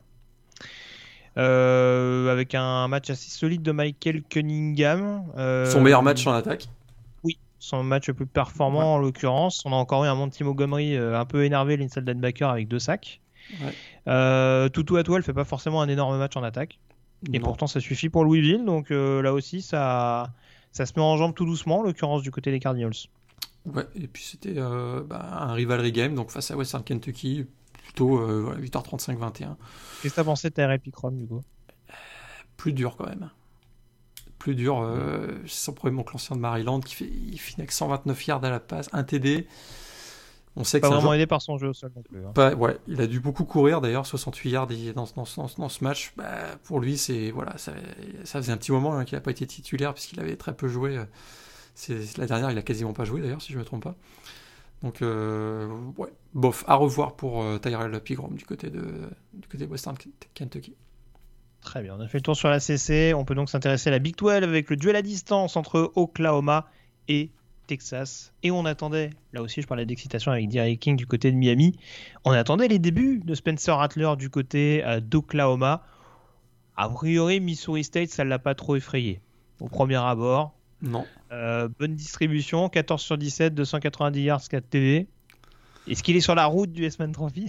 Avec un match assez solide de Michael Cunningham. Son meilleur match en attaque. Oui, son match le plus performant en l'occurrence. On a encore eu un Monty Montgomery un peu énervé, l'inside linebacker avec 2 sacs. Tutu Atwell fait pas forcément un énorme match en attaque. Et pourtant ça suffit pour Louisville. Donc là aussi ça se met en jambe tout doucement, en l'occurrence du côté des Cardinals. Ouais, et puis c'était un rivalry game donc face à Western Kentucky. Plutôt 8h35-21. Qu'est-ce que t'as pensé de Tyler Pickrom du coup? Plus dur quand même. Plus dur. Sans problème, mon l'ancien de Maryland il finit avec 129 yards à la passe, 1 TD. On sait que pas vraiment aidé par son jeu au sol non plus. Il a dû beaucoup courir d'ailleurs, 68 yards dans ce match. Pour lui, ça faisait un petit moment qu'il n'a pas été titulaire puisqu'il avait très peu joué. La dernière, il a quasiment pas joué d'ailleurs, si je me trompe pas. Donc, bof, à revoir pour Tyrell Pickrom du côté de Western Kentucky. Très bien, on a fait le tour sur la CC. On peut donc s'intéresser à la Big 12 avec le duel à distance entre Oklahoma et Texas. Et on attendait, là aussi je parlais d'excitation avec Derek King du côté de Miami, on attendait les débuts de Spencer Rattler du côté d'Oklahoma. A priori, Missouri State, ça ne l'a pas trop effrayé. Au premier abord. Non. Bonne distribution, 14 sur 17, 290 yards, 4 TD. Est-ce qu'il est sur la route du S-Man Trophy?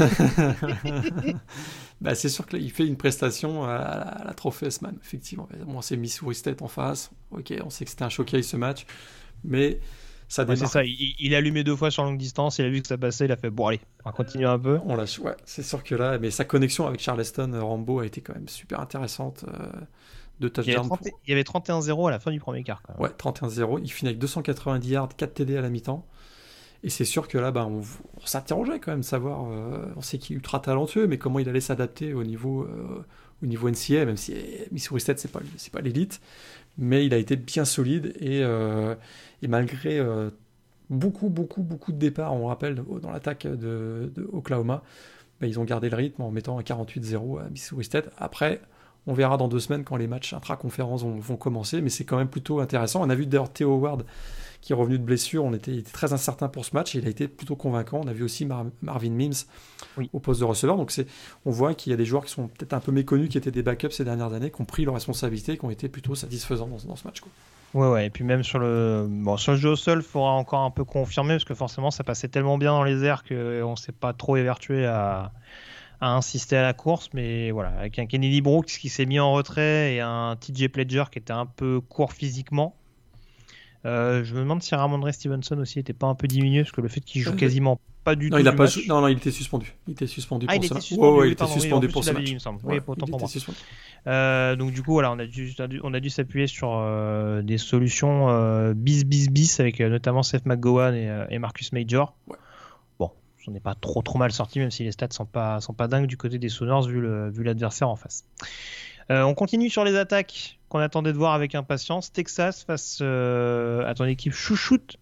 C'est sûr qu'il fait une prestation à la trophée S-Man, effectivement. Bon, c'est Missouri State en face. Ok, on sait que c'était un showcase ce match, mais ça démarre. C'est ça, il a allumé 2 fois sur longue distance, il a vu que ça passait, il a fait bon allez, on va continuer un peu. On lâche, c'est sûr que là, mais sa connexion avec Charleston Rambo a été quand même super intéressante. Il y avait 31-0 à la fin du premier quart. Quand même. Ouais, 31-0. Il finit avec 290 yards, 4 TD à la mi-temps. Et c'est sûr que là, on s'interrogeait quand même de savoir. On sait qu'il est ultra talentueux, mais comment il allait s'adapter au niveau NCAA, même si Missouri State, c'est pas l'élite. Mais il a été bien solide et malgré beaucoup de départs, on rappelle, dans l'attaque de Oklahoma, ils ont gardé le rythme en mettant un 48-0 à Missouri State. Après, on verra dans 2 semaines quand les matchs intra-conférences vont commencer, mais c'est quand même plutôt intéressant. On a vu d'ailleurs Theo Howard qui est revenu de blessure, il était très incertain pour ce match, et il a été plutôt convaincant. On a vu aussi Marvin Mims au poste de receveur, donc on voit qu'il y a des joueurs qui sont peut-être un peu méconnus, qui étaient des backups ces dernières années, qui ont pris leurs responsabilités et qui ont été plutôt satisfaisants dans ce match, quoi. Ouais, et puis même sur le jeu au sol, il faudra encore un peu confirmer, parce que forcément ça passait tellement bien dans les airs qu'on ne s'est pas trop évertué à insister à la course, mais voilà, avec un Kennedy Brooks qui s'est mis en retrait et un TJ Pledger qui était un peu court physiquement. Je me demande si Ramondre Stevenson aussi était pas un peu diminué, parce que le fait qu'il joue quasiment pas du tout. Il était suspendu. Il était suspendu pour ça. Il était suspendu pour ce match. Il me semble. Oui, autant pour moi. Donc du coup, voilà, on a dû s'appuyer sur des solutions bis avec notamment Seth McGowan et Marcus Major. Ouais. Bon, on n'est pas trop mal sorti, même si les stats sont pas dingues du côté des Sooners vu l'adversaire en face. On continue sur les attaques qu'on attendait de voir avec impatience. Texas face à ton équipe chouchoute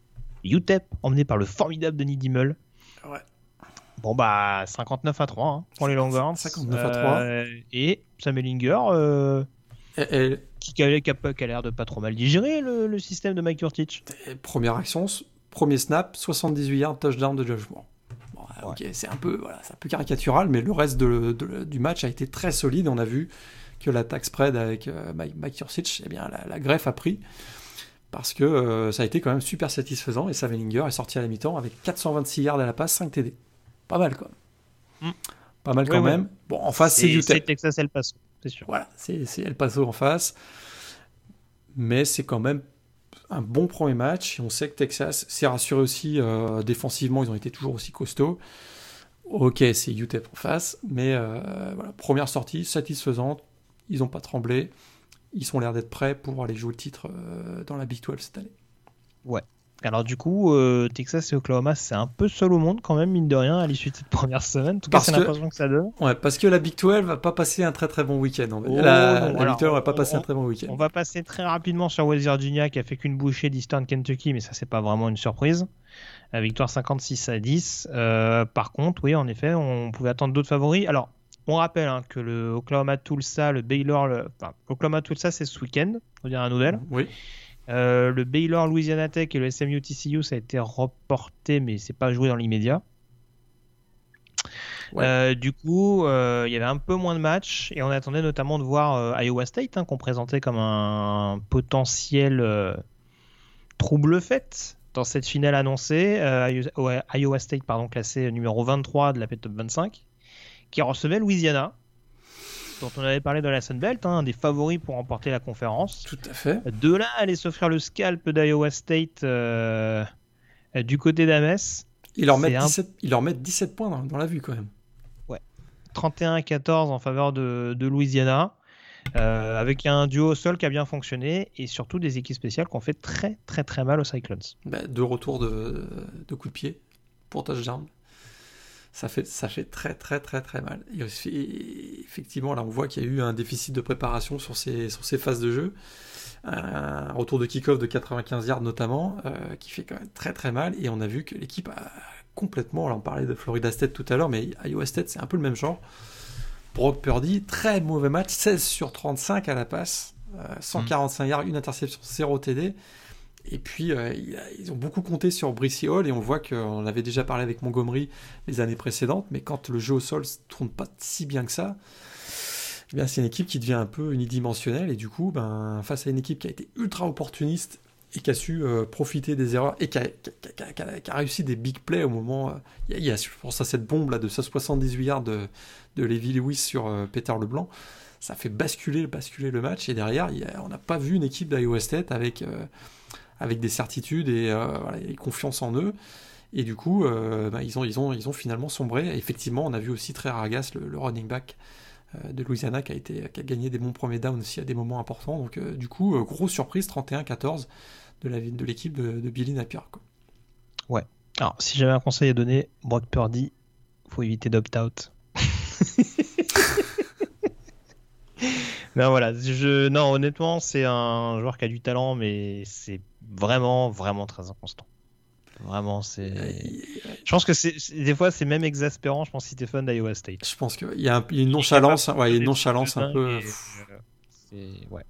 UTEP, emmené par le formidable Denis Dimmel. Ouais. Bon, 59-3 hein, pour les Longhorns. 59-3. Et Sam Ehlinger, qui a l'air de pas trop mal digérer le système de Mike Yurcich. Première action, premier snap, 78 yards, touchdown de Josh Moore. Bon, ok, c'est un peu caricatural, mais le reste du match a été très solide. On a vu que l'attaque spread avec Mike Yurcich, eh bien, la greffe a pris. Parce que ça a été quand même super satisfaisant. Et Sam Ehlinger est sorti à la mi-temps avec 426 yards à la passe, 5 TD. Pas mal, quoi. Pas mal quand même. Bon, en face, c'est UTEP. C'est Texas El Paso, c'est sûr. Voilà, c'est El Paso en face. Mais c'est quand même un bon premier match. Et on sait que Texas s'est rassuré aussi défensivement. Ils ont été toujours aussi costauds. Ok, c'est UTEP en face. Mais voilà, première sortie satisfaisante. Ils n'ont pas tremblé. Ils ont l'air d'être prêts pour aller jouer le titre dans la Big 12 cette année. Ouais. Alors du coup, Texas et Oklahoma, c'est un peu seul au monde quand même, mine de rien, à l'issue de cette première semaine. En tout cas, c'est l'impression que ça donne. Ouais, parce que la Big 12 va pas passer un très très bon week-end. La Big 12 va pas passer un très bon week-end. On va passer très rapidement sur West Virginia, qui a fait qu'une bouchée d'Eastern Kentucky, mais ça, c'est pas vraiment une surprise. La victoire 56-10. Par contre, oui, en effet, on pouvait attendre d'autres favoris. Alors, on rappelle que le Oklahoma-Tulsa, le Baylor... Oklahoma-Tulsa, c'est ce week-end, on dirait à Nouvelle. Oui. Le Baylor Louisiana Tech et le SMU TCU, ça a été reporté, mais c'est pas joué dans l'immédiat. Ouais. Du coup, il y avait un peu moins de matchs et on attendait notamment de voir Iowa State, qu'on présentait comme un potentiel trouble-fête dans cette finale annoncée. Iowa State, classé numéro 23 de la Top 25, qui recevait Louisiana, dont on avait parlé dans la Sun Belt, un des favoris pour remporter la conférence. Tout à fait. De là, aller s'offrir le scalp d'Iowa State du côté d'Ames. Ils leur mettent 17 points dans la vue quand même. Ouais. 31-14 en faveur de Louisiana, avec un duo au sol qui a bien fonctionné et surtout des équipes spéciales qui ont fait très très très mal aux Cyclones. Deux retours de coups de pied pour touchdown. Ça fait très très très très mal. Et effectivement, là on voit qu'il y a eu un déficit de préparation sur ces phases de jeu. Un retour de kick-off de 95 yards notamment, qui fait quand même très très mal. Et on a vu que l'équipe a complètement, là on parlait de Florida State tout à l'heure, mais Iowa State c'est un peu le même genre. Brock Purdy, très mauvais match, 16 sur 35 à la passe, 145 yards, une interception, 0 TD. Et puis, ils ont beaucoup compté sur Bryce Hall, et on voit qu'on avait déjà parlé avec Montgomery les années précédentes, mais quand le jeu au sol ne tourne pas si bien que ça, eh bien, c'est une équipe qui devient un peu unidimensionnelle, et du coup, face à une équipe qui a été ultra opportuniste, et qui a su profiter des erreurs, et qui a réussi des big plays au moment... Il y a, je pense à cette bombe là, de 78 yards de Levi Lewis sur Peter Leblanc, ça fait basculer le match, et derrière, on n'a pas vu une équipe d'Iowa State avec des certitudes et confiance en eux. Et du coup, ils ont finalement sombré. Et effectivement, on a vu aussi très Ragas, le running back de Louisiana, qui a gagné des bons premiers downs aussi à des moments importants. Donc, du coup, grosse surprise, 31-14 de l'équipe de Billy Napier, quoi. Ouais. Alors, si j'avais un conseil à donner, Brock Purdy, faut éviter d'opt-out. Non, voilà. Non, honnêtement, c'est un joueur qui a du talent, mais c'est vraiment, vraiment très inconstant. Vraiment, c'est. Je pense que des fois, c'est même exaspérant. Je pense si t'es fan d'Iowa State. Je pense qu'il y a une nonchalance, il y a une nonchalance un peu. Ouais.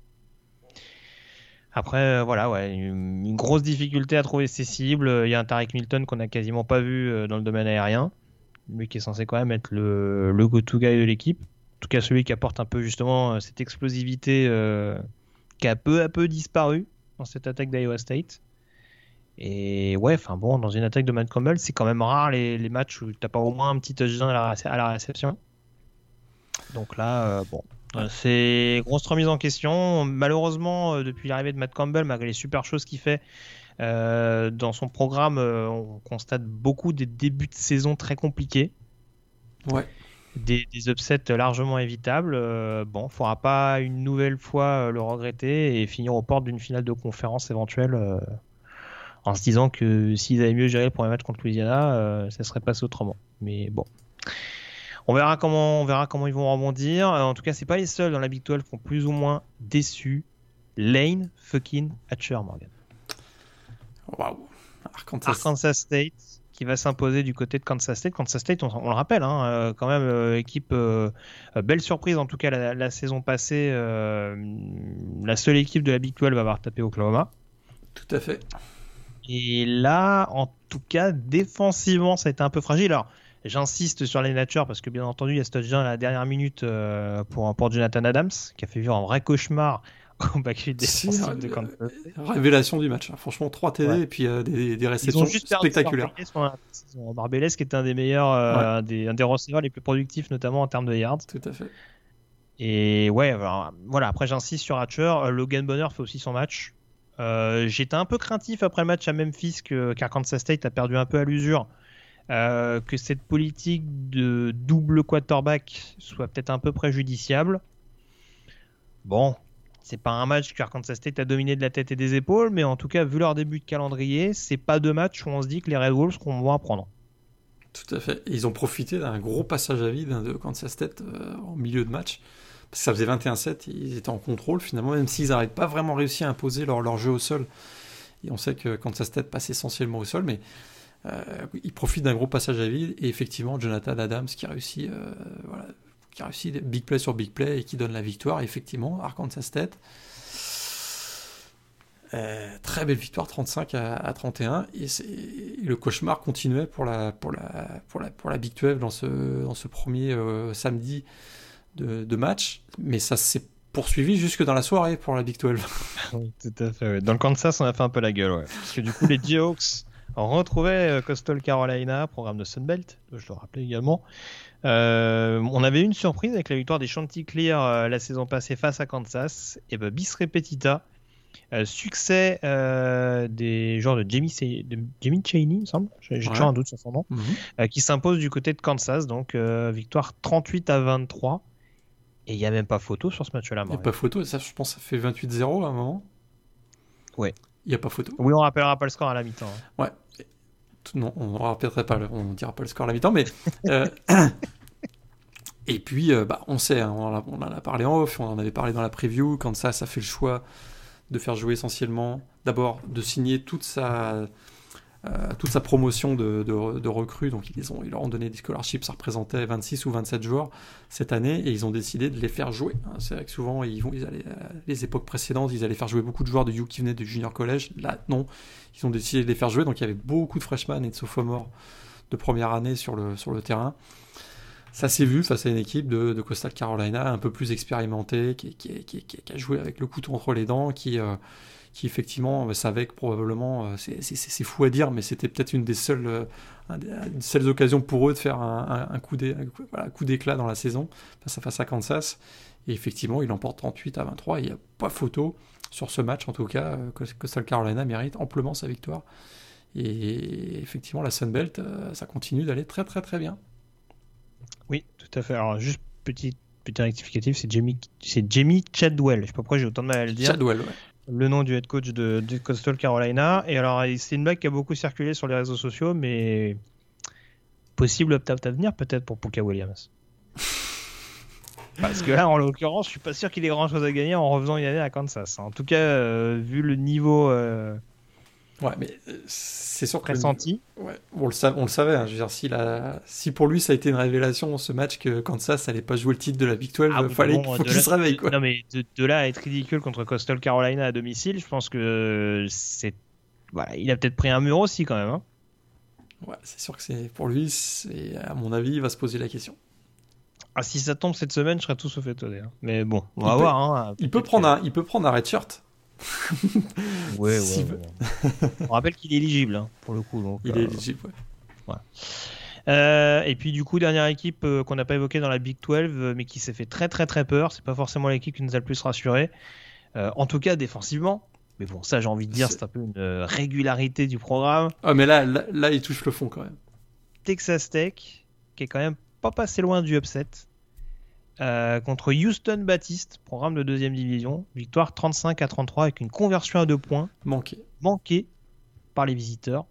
Après, une grosse difficulté à trouver ses cibles. Il y a un Tariq Milton qu'on n'a quasiment pas vu dans le domaine aérien. Lui qui est censé quand même être le go-to guy de l'équipe. En tout cas, celui qui apporte un peu justement cette explosivité qui a peu à peu disparu dans cette attaque d'Iowa State. Et ouais, dans une attaque de Matt Campbell, c'est quand même rare les matchs où t'as pas au moins un petit touchdown à la réception. Donc là, c'est grosse remise en question. Malheureusement, depuis l'arrivée de Matt Campbell, malgré les super choses qu'il fait dans son programme, on constate beaucoup des débuts de saison très compliqués. Ouais. Des upsets largement évitables. Faudra pas une nouvelle fois le regretter et finir aux portes d'une finale de conférence éventuelle en se disant que s'ils avaient mieux géré le premier match contre Louisiana, ça serait passé autrement. Mais bon, on verra comment ils vont rebondir. En tout cas, c'est pas les seuls dans la Big 12 qui ont plus ou moins déçu. Lane fucking Hatcher, Morgan. Waouh. Arkansas State qui va s'imposer du côté de Kansas State. Kansas State, on le rappelle, quand même équipe belle surprise en tout cas la saison passée, la seule équipe de la Big 12 à avoir tapé Oklahoma. Tout à fait. Et là, en tout cas, défensivement, ça a été un peu fragile. Alors, j'insiste sur les natures parce que bien entendu, il y a ce touchdown à la dernière minute pour Jonathan Adams qui a fait vivre un vrai cauchemar au backfield défensif de Kansas. Révélation du match. Franchement, 3 TD et puis des réceptions spectaculaires. Barbelés qui était un des meilleurs, un des receveurs les plus productifs, notamment en termes de yards. Tout à fait. Et voilà. Après, j'insiste sur Hatcher. Logan Bonner fait aussi son match. J'étais un peu craintif après le match à Memphis car Kansas State a perdu un peu à l'usure. Que cette politique de double quarterback soit peut-être un peu préjudiciable. Bon, c'est pas un match qu'Arkansas State a dominé de la tête et des épaules, mais en tout cas, vu leur début de calendrier, c'est pas deux matchs où on se dit que les Red Wolves vont apprendre. Tout à fait. Et ils ont profité d'un gros passage à vide de Kansas State en milieu de match. Parce que ça faisait 21-7, ils étaient en contrôle finalement, même s'ils n'avaient pas vraiment réussi à imposer leur jeu au sol. Et on sait que Kansas State passe essentiellement au sol, mais il profite d'un gros passage à vide et effectivement Jonathan Adams qui réussit big play sur big play et qui donne la victoire. Et effectivement, Arkansas State, très belle victoire, 35-31 et le cauchemar continuait pour la Big 12 dans ce premier samedi de match, mais ça s'est poursuivi jusque dans la soirée pour la Big 12. Oui, tout à fait. Ouais. Dans le Kansas, on a fait un peu la gueule, parce que du coup les Jayhawks on retrouvait Coastal Carolina, programme de Sunbelt, je le rappelais également. On avait eu une surprise avec la victoire des Chanticleer la saison passée face à Kansas. Et bis repetita, succès des joueurs de Jamie Chaney, il me semble. J'ai toujours un doute sur son nom. Qui s'impose du côté de Kansas. Donc victoire 38-23. Et il n'y a même pas photo sur ce match-là. Il n'y a pas photo, ça, je pense que ça fait 28-0 à un moment. Ouais. Il n'y a pas photo. Oui, on ne rappellera pas le score à la mi-temps. Ouais. Non, on ne rappellerait pas, on ne dira pas le score à la mi-temps, mais... Et puis, on sait, on en a parlé en off, on en avait parlé dans la preview, quand ça fait le choix de faire jouer essentiellement, d'abord de signer toute sa promotion de recrues, donc ils leur ont donné des scholarships, ça représentait 26 ou 27 joueurs cette année, et ils ont décidé de les faire jouer. C'est vrai que souvent, ils allaient, les époques précédentes, ils allaient faire jouer beaucoup de joueurs de U qui venaient du junior college. Là, non, ils ont décidé de les faire jouer, donc il y avait beaucoup de freshmen et de sophomores de première année sur le terrain. Ça s'est vu face à une équipe de Coastal Carolina un peu plus expérimentée, qui a joué avec le couteau entre les dents, qui effectivement savait que probablement, c'est fou à dire, mais c'était peut-être une des seules occasions pour eux de faire un coup d'éclat dans la saison face à Kansas. Et effectivement, il emporte 38-23. Il n'y a pas photo sur ce match, en tout cas. Coastal Carolina mérite amplement sa victoire. Et effectivement, la Sunbelt, ça continue d'aller très très très bien. Oui, tout à fait. Alors, juste petit rectificatif, c'est Jamie Chadwell. Je ne sais pas pourquoi j'ai autant de mal à le dire. Chadwell, ouais. Le nom du head coach de Coastal Carolina. Et alors, c'est une blague qui a beaucoup circulé sur les réseaux sociaux, mais possible opt-out à venir peut-être pour Pooka Williams. Parce que là, en l'occurrence, je suis pas sûr qu'il ait grand-chose à gagner en refaisant une année à Kansas. En tout cas, vu le niveau ouais, mais c'est sûr pressenti. Ouais, on le savait. Je veux dire, si pour lui ça a été une révélation ce match que Kansas n'allait pas jouer le titre de la Big 12, faut qu'il se réveille, quoi. Non, mais de là à être ridicule contre Coastal Carolina à domicile, je pense que il a peut-être pris un mur aussi quand même. Hein. Ouais, c'est sûr que pour lui, à mon avis, il va se poser la question. Ah, si ça tombe cette semaine, je serais tout sauf étonné. Hein. Mais bon, on va voir. Hein, il peut prendre un red shirt. Ouais. On rappelle qu'il est éligible pour le coup. Donc, il est éligible, ouais. Et puis du coup, dernière équipe qu'on n'a pas évoquée dans la Big 12, mais qui s'est fait très très très peur. C'est pas forcément l'équipe qui nous a le plus rassuré. En tout cas défensivement. Mais bon, ça j'ai envie de dire, c'est un peu une régularité du programme. Ah, mais là il touche le fond quand même. Texas Tech, qui est quand même pas passé loin du upset. Contre Houston Baptiste, programme de 2e division, victoire 35-33 avec une conversion à 2 points manquée par les visiteurs.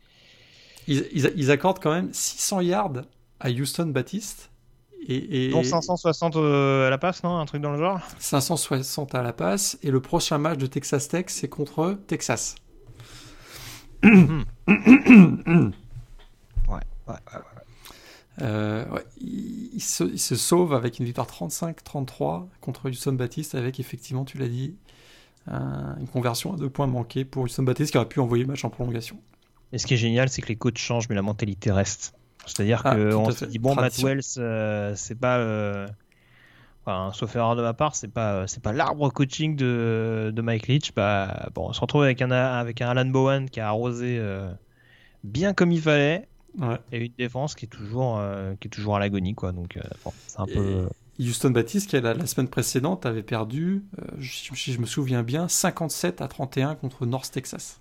Ils accordent quand même 600 yards à Houston Baptiste dont 560 à la passe, non, un truc dans le genre. 560 à la passe, et le prochain match de Texas Tech c'est contre Texas. Il se sauve avec une victoire 35-33 contre Houston Baptiste, avec effectivement, tu l'as dit, une conversion à 2 points manqués pour Houston Baptiste qui aurait pu envoyer le match en prolongation. Et ce qui est génial, c'est que les coachs changent, mais la mentalité reste. C'est-à-dire qu'on se dit, bon, Matt Wells, c'est pas... sauf erreur de ma part, c'est pas l'arbre coaching de Mike Leach. On se retrouve avec un Alan Bowen qui a arrosé bien comme il fallait, et une défense qui est toujours à l'agonie, quoi. Donc c'est un peu... Houston Baptiste, qui la semaine précédente avait perdu, si je me souviens bien, 57-31 contre North Texas.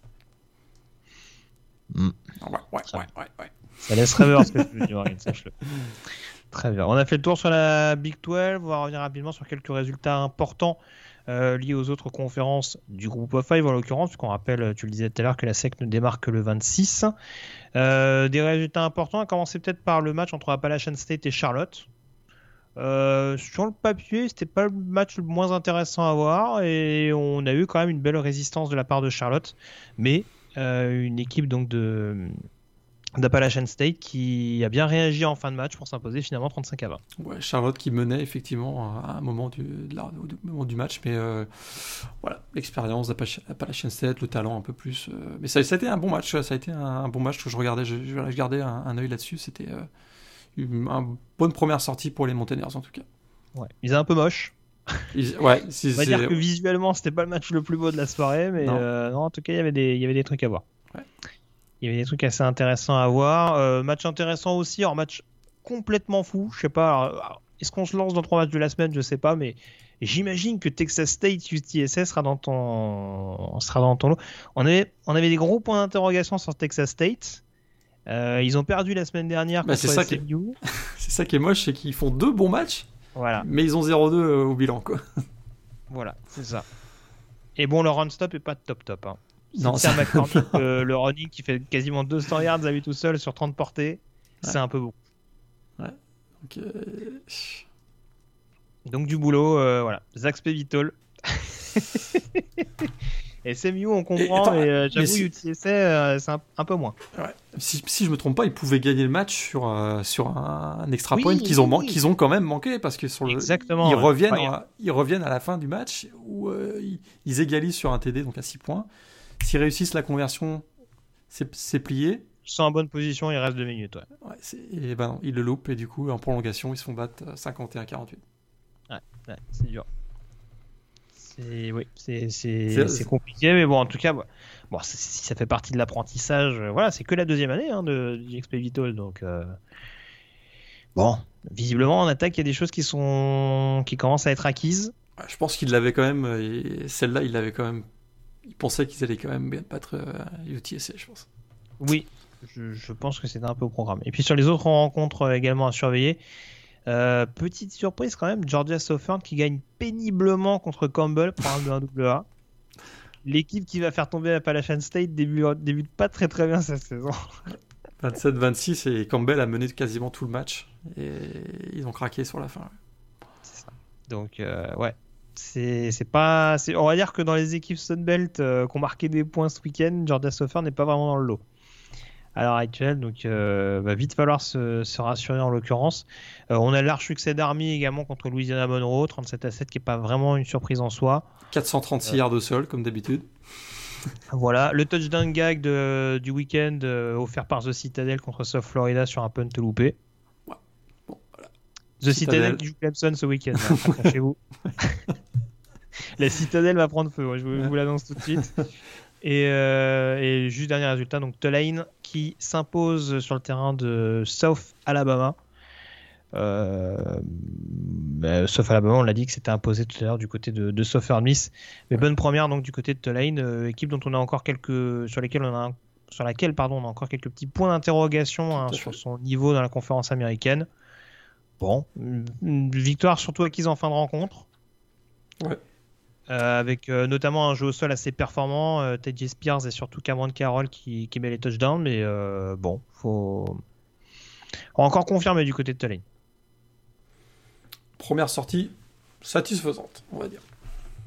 Ouais. Ça laisse rêveur ce que je veux dire, sache-le. Très bien. On a fait le tour sur la Big 12. On va revenir rapidement sur quelques résultats importants liés aux autres conférences du Group of Five, en l'occurrence, puisqu'on rappelle, tu le disais tout à l'heure, que la SEC ne démarre que le 26. Des résultats importants, à commencer peut-être par le match entre Appalachian State et Charlotte. Sur le papier, c'était pas le match le moins intéressant à voir, et on a eu quand même une belle résistance de la part de Charlotte, mais une équipe donc d'Appalachian State qui a bien réagi en fin de match pour s'imposer finalement 35-20. Ouais, Charlotte qui menait effectivement à un moment du match, mais l'expérience d'Appalachian State, le talent un peu plus. Mais ça a été un bon match. Ça a été un bon match que je regardais. Je gardais un œil là-dessus. C'était une bonne première sortie pour les Mountaineers en tout cas. Ouais, ils étaient un peu moches. On va dire que visuellement c'était pas le match le plus beau de la soirée, mais non, en tout cas il y avait des trucs à voir. Ouais. Il y avait des trucs assez intéressants à voir. Match intéressant aussi, match complètement fou. Je sais pas, alors, est-ce qu'on se lance dans 3 matchs de la semaine? Je sais pas, mais j'imagine que Texas State UTSA sera dans ton lot. On avait des gros points d'interrogation sur Texas State. Ils ont perdu la semaine dernière contre SMU. C'est ça qui est moche, c'est qu'ils font 2 bons matchs, mais ils ont 0-2 au bilan, quoi. Voilà, c'est ça. Et bon, le run-stop est pas top. Hein. Non, c'est McCormick, le running qui fait quasiment 200 yards à lui tout seul sur 30 portées, c'est un peu beaucoup. Ouais. Donc du boulot, Zach Spevitol. Et SMU, on comprend, mais j'avoue, UTSA, c'est un peu moins. Ouais. Si je me trompe pas, ils pouvaient gagner le match sur un extra point qu'ils ont quand même manqué, parce que Exactement, ils reviennent à la fin du match où ils égalisent sur un TD, donc à 6 points. S'ils réussissent la conversion, c'est plié. Ils sont en bonne position, il reste 2 minutes. Et non, ils le loupent, et du coup, en prolongation, ils se font battre 51-48. Ouais, c'est dur. C'est compliqué, mais bon, en tout cas, si ça fait partie de l'apprentissage, c'est que la 2e année de Expeditol, donc visiblement en attaque, il y a des choses qui commencent à être acquises. Je pense qu'il l'avait quand même, et celle-là, il l'avait quand même. Il pensait qu'ils allaient quand même bien battre UTSA, je pense. Oui, je pense que c'était un peu au programme. Et puis sur les autres rencontres également à surveiller. Petite surprise quand même, Georgia Southern qui gagne péniblement contre Campbell pour un 1AA. L'équipe qui va faire tomber Appalachian State débute pas très très bien cette saison. 27-26 et Campbell a mené quasiment tout le match et ils ont craqué sur la fin. C'est ça. Donc on va dire que dans les équipes Sunbelt qui ont marqué des points ce week-end, Georgia Southern n'est pas vraiment dans le lot à l'heure actuelle, donc va vite falloir se rassurer en l'occurrence. On a l'arch succès d'Army également contre Louisiana Monroe, 37-7, qui n'est pas vraiment une surprise en soi. 436 yards de sol, comme d'habitude. Voilà, le touchdown gag du week-end offert par The Citadel contre South Florida sur un punt loupé. Ouais. Bon, voilà. The Citadel qui joue Clemson ce week-end, accrochez-vous. La Citadel va prendre feu, je vous l'annonce tout de suite. Et juste dernier résultat, donc Tulane qui s'impose sur le terrain de South Alabama. South Alabama, on l'a dit que c'était imposé tout à l'heure du côté de Southern Miss. Mais bonne première donc du côté de Tulane, équipe dont on a encore sur laquelle on a encore quelques petits points d'interrogation sur son niveau dans la conférence américaine. Bon, une victoire surtout acquise en fin de rencontre. Ouais. Avec notamment un jeu au sol assez performant, TJ Spears et surtout Cameron Carroll qui met les touchdowns, mais faut encore confirmer du côté de Tulane. Première sortie satisfaisante, on va dire.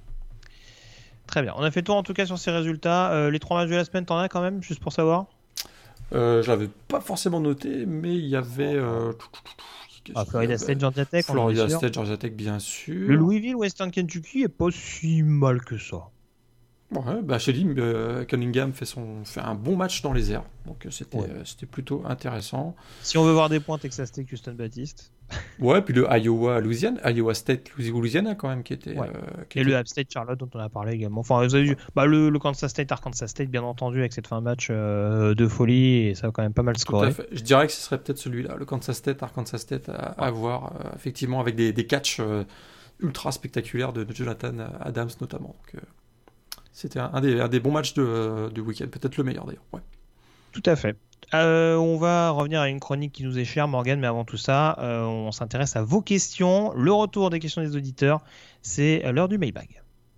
Très bien, on a fait le tour en tout cas sur ces résultats. Les 3 matchs de la semaine, t'en as quand même, juste pour savoir? Je l'avais pas forcément noté, mais il y avait... Florida State, Georgia Tech. Florida State, Georgia Tech, bien sûr. Le Louisville, Western Kentucky est pas si mal que ça. Ouais, bah, je t'ai dit, Cunningham fait un bon match dans les airs, donc c'était plutôt intéressant. Si on veut voir des points, Texas Tech, Houston Baptiste. Ouais, puis le Iowa State, Louisiana quand même, qui était... le App State, Charlotte, dont on a parlé également. Enfin, vous avez vu, le Kansas State, Arkansas State, bien entendu, avec cette fin de match de folie, et ça a quand même pas mal scoré. Tout à fait. Je dirais que ce serait peut-être celui-là, le Kansas State, Arkansas State, à voir, effectivement, avec des catchs ultra spectaculaires de Jonathan Adams, notamment. Donc, c'était un des bons matchs du week-end, peut-être le meilleur d'ailleurs. Ouais. Tout à fait. On va revenir à une chronique qui nous est chère, Morgane, mais avant tout ça, on s'intéresse à vos questions. Le retour des questions des auditeurs, c'est l'heure du mailbag.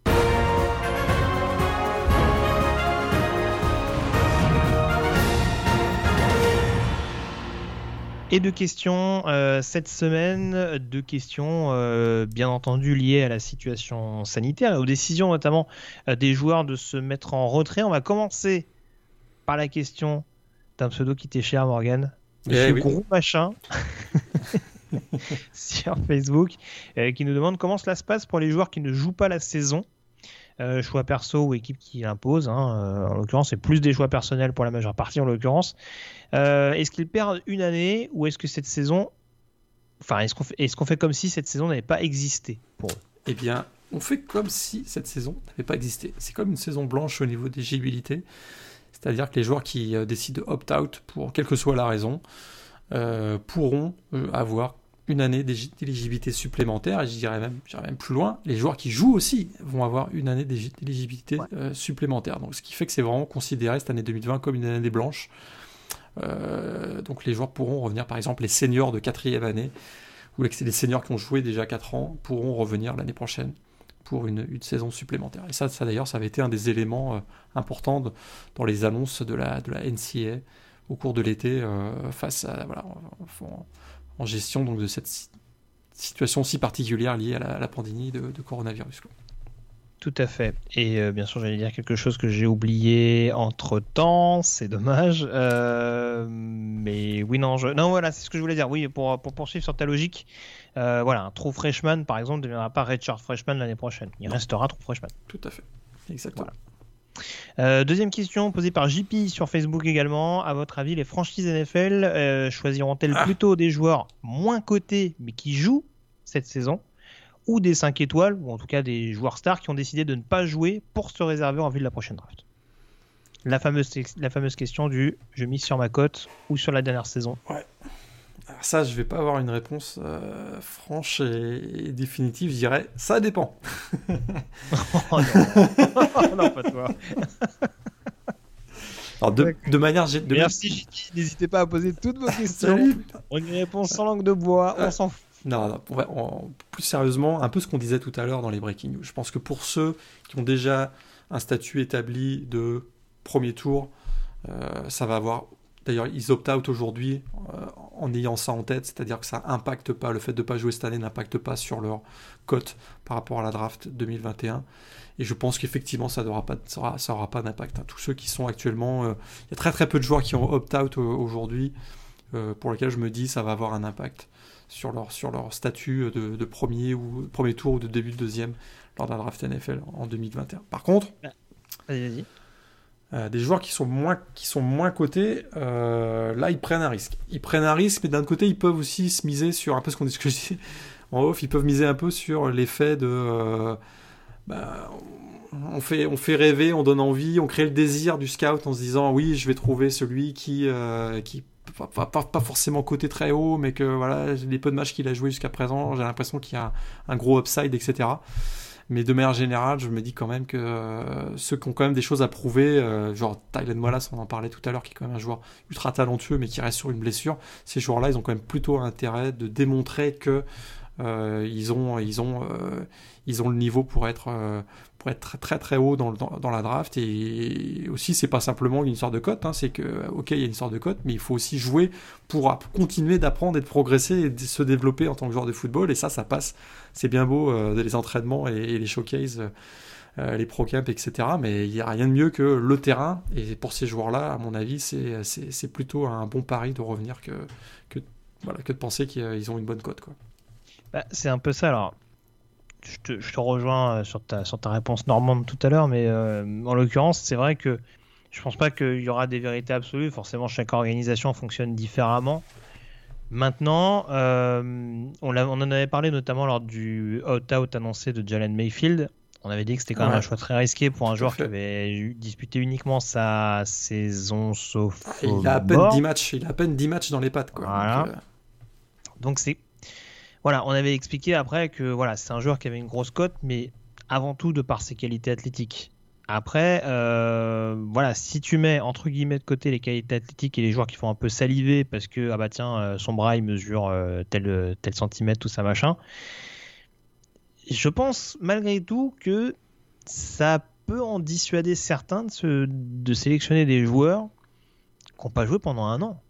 Et deux questions cette semaine, deux questions bien entendu liées à la situation sanitaire et aux décisions notamment des joueurs de se mettre en retrait. On va commencer par la question d'un pseudo qui t'est cher, Morgane, Monsieur Gros Machin sur Facebook, qui nous demande comment cela se passe pour les joueurs qui ne jouent pas la saison. Choix perso ou équipe qui l'impose, en l'occurrence c'est plus des choix personnels pour la majeure partie en l'occurrence. Est-ce qu'ils perdent une année ou est-ce que cette saison, enfin est-ce qu'on fait comme si cette saison n'avait pas existé pour eux? Eh bien, on fait comme si cette saison n'avait pas existé. C'est comme une saison blanche au niveau d'éligibilité, c'est-à-dire que les joueurs qui décident de opt-out pour quelle que soit la raison pourront avoir une année d'éligibilité supplémentaire, et je dirais même plus loin, les joueurs qui jouent aussi vont avoir une année d'éligibilité supplémentaire. Donc, ce qui fait que c'est vraiment considéré cette année 2020 comme une année blanche. Donc les joueurs pourront revenir, par exemple les seniors de 4e année, ou les seniors qui ont joué déjà 4 ans, pourront revenir l'année prochaine pour une saison supplémentaire. Et ça d'ailleurs, ça avait été un des éléments importants dans les annonces de la NCAA au cours de l'été, face à... en gestion donc, de cette situation si particulière liée à la pandémie de coronavirus. Tout à fait. Et bien sûr, j'allais dire quelque chose que j'ai oublié entre-temps, c'est dommage. Mais oui, non, voilà, c'est ce que je voulais dire. Oui, pour poursuivre sur ta logique, un true freshman, par exemple, ne deviendra pas redshirt freshman l'année prochaine. Il restera true freshman. Tout à fait. Exactement. Voilà. Deuxième question posée par JP sur Facebook également. À votre avis, les franchises NFL choisiront-elles plutôt des joueurs moins cotés mais qui jouent cette saison, ou des 5 étoiles, ou en tout cas des joueurs stars qui ont décidé de ne pas jouer pour se réserver en vue de la prochaine draft? La fameuse question du « je mise sur ma cote » ou sur la dernière saison. Ouais. Alors ça, je vais pas avoir une réponse franche et définitive. Je dirais « ça dépend ». Oh non. Non, pas toi. Alors de manière... Merci, JP. N'hésitez pas à poser toutes vos questions. On y répond sans langue de bois, on s'en fout. Non, plus sérieusement, un peu ce qu'on disait tout à l'heure dans les Breaking News. Je pense que pour ceux qui ont déjà un statut établi de premier tour, ça va avoir... D'ailleurs, ils opt-out aujourd'hui en ayant ça en tête, c'est-à-dire que ça impacte pas, le fait de ne pas jouer cette année n'impacte pas sur leur cote par rapport à la draft 2021. Et je pense qu'effectivement, ça aura pas d'impact. Tous ceux qui sont actuellement... il y a très très peu de joueurs qui ont opt-out aujourd'hui, pour lesquels je me dis ça va avoir un impact sur leur statut de premier tour ou de début de deuxième lors de la draft NFL en 2021. Par contre, vas-y. Des joueurs qui sont moins cotés, là ils prennent un risque. Ils prennent un risque, mais d'un autre côté ils peuvent aussi se miser sur un peu ce que je dis en off. Ils peuvent miser un peu sur l'effet de on fait rêver, on donne envie, on crée le désir du scout en se disant oui, je vais trouver celui qui pas forcément coté très haut, mais que voilà, les peu de matchs qu'il a joué jusqu'à présent, j'ai l'impression qu'il y a un gros upside, etc. Mais de manière générale, je me dis quand même que ceux qui ont quand même des choses à prouver, genre Tylen Wallace, on en parlait tout à l'heure, qui est quand même un joueur ultra talentueux, mais qui reste sur une blessure, ces joueurs-là, ils ont quand même plutôt intérêt de démontrer que ils ont le niveau pour être très très très haut dans la draft. Et aussi, c'est pas simplement une histoire de cote, c'est que ok, il y a une histoire de cote, mais il faut aussi jouer pour continuer d'apprendre et de progresser et de se développer en tant que joueur de football. Et ça passe. C'est bien beau les entraînements et les showcases les pro-camps, etc. Mais il n'y a rien de mieux que le terrain. Et pour ces joueurs-là, à mon avis, c'est plutôt un bon pari de revenir que de penser qu'ils ont une bonne cote, quoi. C'est un peu ça. Alors, je te rejoins sur ta réponse normande tout à l'heure, mais en l'occurrence, c'est vrai que je pense pas qu'il y aura des vérités absolues. Forcément, chaque organisation fonctionne différemment. Maintenant, on en avait parlé notamment lors du opt-out annoncé de Jalen Mayfield. On avait dit que c'était quand même un choix très risqué pour un joueur qui avait disputé uniquement sa saison sauf il a à peine 10 matchs. Il a à peine 10 matchs dans les pattes, quoi. Voilà. Donc c'est... Voilà, on avait expliqué après que voilà, c'est un joueur qui avait une grosse cote, mais avant tout de par ses qualités athlétiques. Après, voilà, si tu mets entre guillemets de côté les qualités athlétiques et les joueurs qui font un peu saliver parce que ah bah tiens, son bras il mesure tel centimètre, tout ça machin. Je pense malgré tout que ça peut en dissuader certains de sélectionner des joueurs qui n'ont pas joué pendant un an.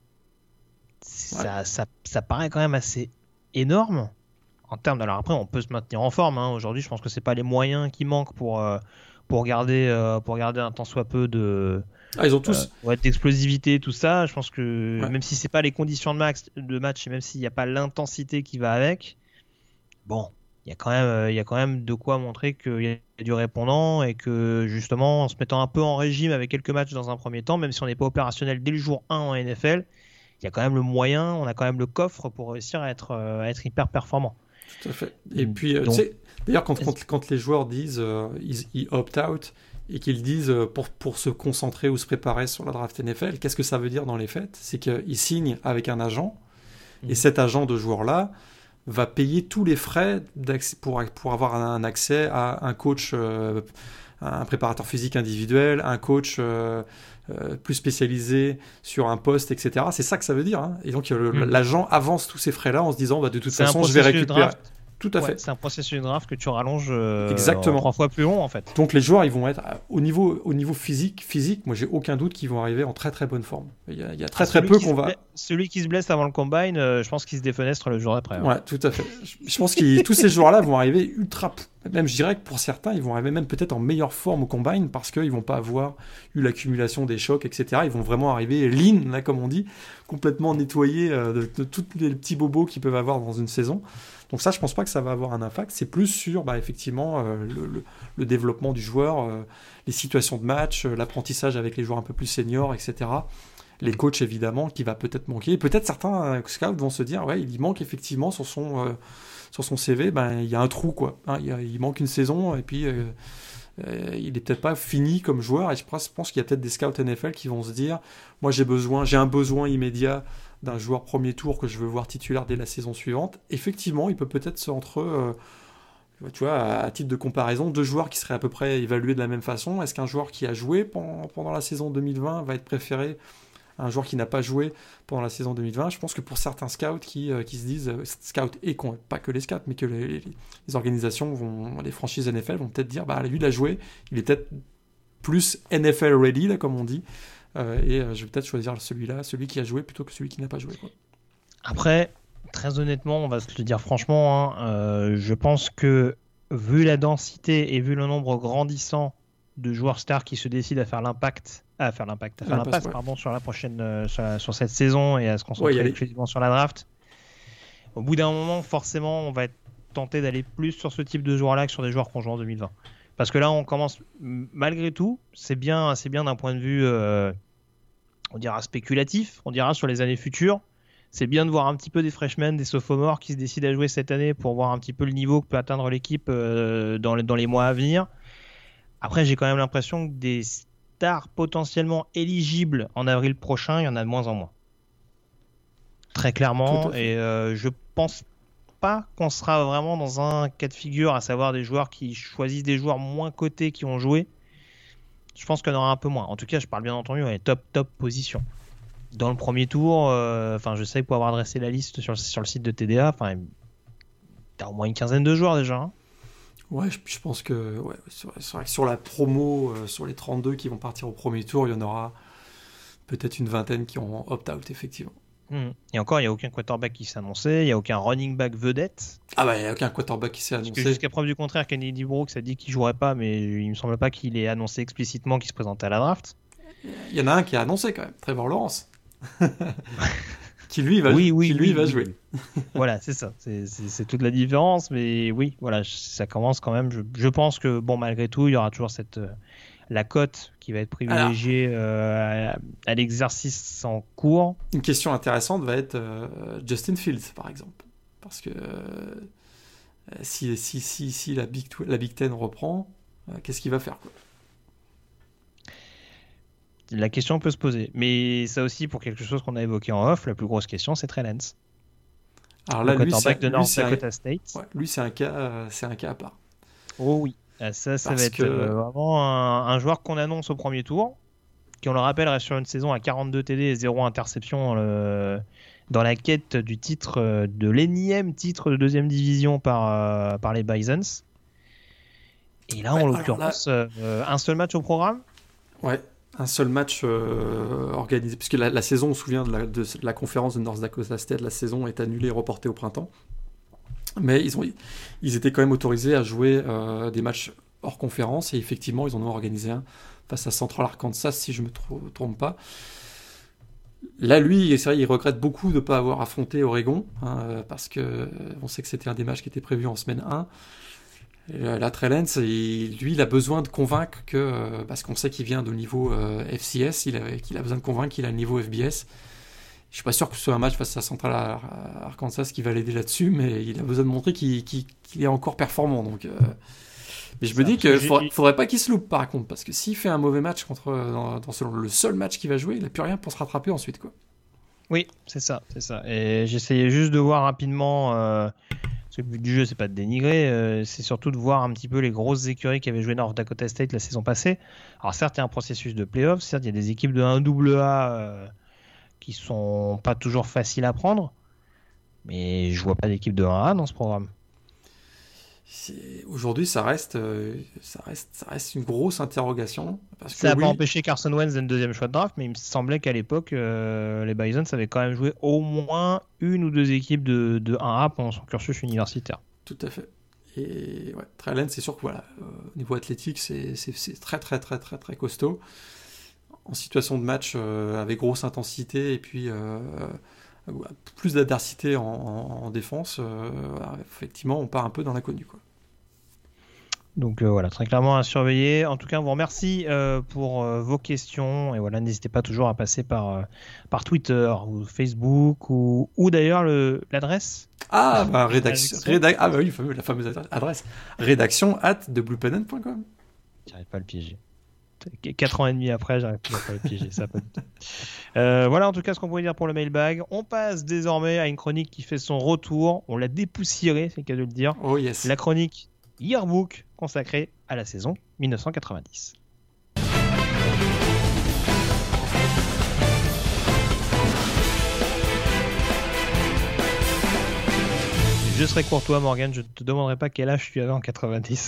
Ça paraît quand même assez énorme en termes. Alors après, on peut se maintenir en forme. Aujourd'hui, je pense que c'est pas les moyens qui manquent pour garder un tant soit peu de. Ils ont tous d'explosivité, tout ça. Je pense que même si c'est pas les conditions de match et même s'il n'y a pas l'intensité qui va avec, bon, il y a quand même de quoi montrer qu'il y a du répondant et que justement, en se mettant un peu en régime avec quelques matchs dans un premier temps, même si on n'est pas opérationnel dès le jour 1 en NFL, il y a quand même le moyen, on a quand même le coffre pour réussir à être hyper performant. Tout à fait. Et puis, tu sais, d'ailleurs, quand les joueurs disent ils opt-out et qu'ils disent pour se concentrer ou se préparer sur la draft NFL, qu'est-ce que ça veut dire dans les faits ? C'est qu'ils signent avec un agent et cet agent de joueur-là va payer tous les frais pour avoir un accès à un coach, un préparateur physique individuel, un coach plus spécialisé sur un poste, etc. C'est ça que ça veut dire. Et donc, l'agent avance tous ces frais-là en se disant de toute façon, je vais récupérer. Tout à fait. C'est un processus de draft que tu rallonges exactement 3 fois plus long en fait. Donc les joueurs, ils vont être au niveau physique. Moi, j'ai aucun doute qu'ils vont arriver en très très bonne forme. Il y a très peu qu'on va. Celui qui se blesse avant le combine, je pense qu'il se défenestre le jour d'après. Ouais, tout à fait. Je pense que tous ces joueurs-là vont arriver ultra. Même, je dirais que pour certains, ils vont arriver même peut-être en meilleure forme au combine parce qu'ils vont pas avoir eu l'accumulation des chocs, etc. Ils vont vraiment arriver lean, là, comme on dit, complètement nettoyés de tous les petits bobos qu'ils peuvent avoir dans une saison. Donc ça, je pense pas que ça va avoir un impact. C'est plus sur, effectivement, le développement du joueur, les situations de match, l'apprentissage avec les joueurs un peu plus seniors, etc. Les coachs, évidemment, qui va peut-être manquer. Et peut-être certains scouts vont se dire, il manque effectivement sur son CV, il y a un trou, quoi. Il manque une saison et puis il est peut-être pas fini comme joueur. Et je pense qu'il y a peut-être des scouts NFL qui vont se dire, moi j'ai un besoin immédiat d'un joueur premier tour que je veux voir titulaire dès la saison suivante. Effectivement, il peut peut-être tu vois, à titre de comparaison, 2 joueurs qui seraient à peu près évalués de la même façon. Est-ce qu'un joueur qui a joué pendant la saison 2020 va être préféré à un joueur qui n'a pas joué pendant la saison 2020 ? Je pense que pour certains scouts qui se disent, scouts et pas que les scouts, mais que les organisations, les franchises NFL vont peut-être dire, lui il a joué, il est peut-être plus NFL ready, là, comme on dit. Et je vais peut-être choisir celui qui a joué plutôt que celui qui n'a pas joué, quoi. Après, très honnêtement, on va se le dire franchement, je pense que vu la densité et vu le nombre grandissant de joueurs stars qui se décident à faire l'impact sur la prochaine, sur cette saison et à se concentrer exclusivement sur la draft, au bout d'un moment, forcément, on va être tenté d'aller plus sur ce type de joueurs-là que sur des joueurs qu'on joue en 2020. Parce que là, on commence, malgré tout, c'est bien d'un point de vue, on dira spéculatif, on dira sur les années futures. C'est bien de voir un petit peu des freshmen, des sophomores qui se décident à jouer cette année pour voir un petit peu le niveau que peut atteindre l'équipe dans les mois à venir. Après, j'ai quand même l'impression que des stars potentiellement éligibles en avril prochain, il y en a de moins en moins. Très clairement. Et je pense pas qu'on sera vraiment dans un cas de figure, à savoir des joueurs qui choisissent des joueurs moins cotés qui ont joué. Je pense qu'il y en aura un peu moins. En tout cas, je parle bien entendu dans les top positions. Dans le premier tour, je sais que pour avoir dressé la liste sur le site de TDA, t'as au moins une quinzaine de joueurs déjà. Hein. Ouais, je pense que c'est vrai que sur la promo, sur les 32 qui vont partir au premier tour, il y en aura peut-être une vingtaine qui ont opt-out, effectivement. Et encore, il n'y a aucun quarterback qui s'est annoncé, il n'y a aucun running back vedette. Ah bah, il n'y a aucun quarterback qui s'est Parce annoncé. que jusqu'à preuve du contraire, Kennedy Brooks a dit qu'il jouerait pas, mais il me semble pas qu'il ait annoncé explicitement qu'il se présentait à la draft. Il y en a un qui a annoncé quand même, Trevor Lawrence. Qui lui va jouer. Voilà, c'est ça. C'est toute la différence, mais oui, voilà, ça commence quand même. Je pense que bon, malgré tout, il y aura toujours la cote qui va être privilégiée à l'exercice en cours. Une question intéressante va être Justin Fields, par exemple, parce que si la Big Ten reprend, qu'est-ce qu'il va faire, quoi? La question peut se poser, mais ça aussi pour quelque chose qu'on a évoqué en off, la plus grosse question, c'est Trey Lance. Alors là, le quarterback de North Dakota State. Ouais, lui, c'est un cas à part. Oh oui, ça va être vraiment un joueur qu'on annonce au premier tour, qui, on le rappelle, reste sur une saison à 42 TD et 0 interception dans la quête du titre, de l'énième titre de deuxième division par les Bisons. Et là, en l'occurrence, un seul match au programme. Ouais. Un seul match organisé, puisque la saison, on se souvient de la conférence de North Dakota State, la saison est annulée et reportée au printemps. Mais ils étaient quand même autorisés à jouer des matchs hors conférence, et effectivement, ils en ont organisé un face à Central Arkansas, si je ne me trompe pas. Là, lui, c'est vrai, il regrette beaucoup de ne pas avoir affronté Oregon, parce qu'on sait que c'était un des matchs qui était prévu en semaine 1. Là, Trey Lance, lui, il a besoin de convaincre parce qu'on sait qu'il vient de niveau FCS, qu'il a besoin de convaincre qu'il a le niveau FBS. Je suis pas sûr que ce soit un match face à Central Arkansas qui va l'aider là-dessus, mais il a besoin de montrer qu'il est encore performant. Donc, mais je me dis qu'il faudrait pas qu'il se loupe, par contre, parce que s'il fait un mauvais match dans le seul match qu'il va jouer, il n'a plus rien pour se rattraper ensuite, quoi. Oui, c'est ça. Et j'essayais juste de voir rapidement. Parce que le but du jeu, c'est pas de dénigrer, c'est surtout de voir un petit peu les grosses écuries qui avaient joué North Dakota State la saison passée. Alors certes, il y a un processus de playoff, certes, il y a des équipes de 1AA qui sont pas toujours faciles à prendre, mais je vois pas d'équipe de 1A dans ce programme. Aujourd'hui, ça reste une grosse interrogation. Ça n'a pas empêché Carson Wentz d'être deuxième choix de draft, mais il me semblait qu'à l'époque, les Bisons avaient quand même joué au moins une ou deux équipes de 1A pendant son cursus universitaire. Tout à fait. Et ouais, Trey Lance, c'est sûr que voilà, au niveau athlétique, c'est très très très très très costaud. En situation de match avec grosse intensité et puis plus d'adversité en défense, effectivement, on part un peu dans l'inconnu, quoi. Donc voilà, très clairement à surveiller. En tout cas, on vous remercie pour vos questions. Et voilà, n'hésitez pas toujours à passer par Twitter ou Facebook ou d'ailleurs l'adresse. Ah, bah, ah bah oui, la fameuse adresse. rédaction@thebluepennon.com. J'arrive pas à le piéger. 4 ans et demi après, j'arrive pas à le piéger. Ça pas du tout. Voilà en tout cas ce qu'on pouvait dire pour le mailbag. On passe désormais à une chronique qui fait son retour. On l'a dépoussiérée, c'est le cas de le dire. Oh yes. La chronique Yearbook consacrée à la saison 1990. Je serai courtois, Morgan, je ne te demanderai pas quel âge tu avais en 90.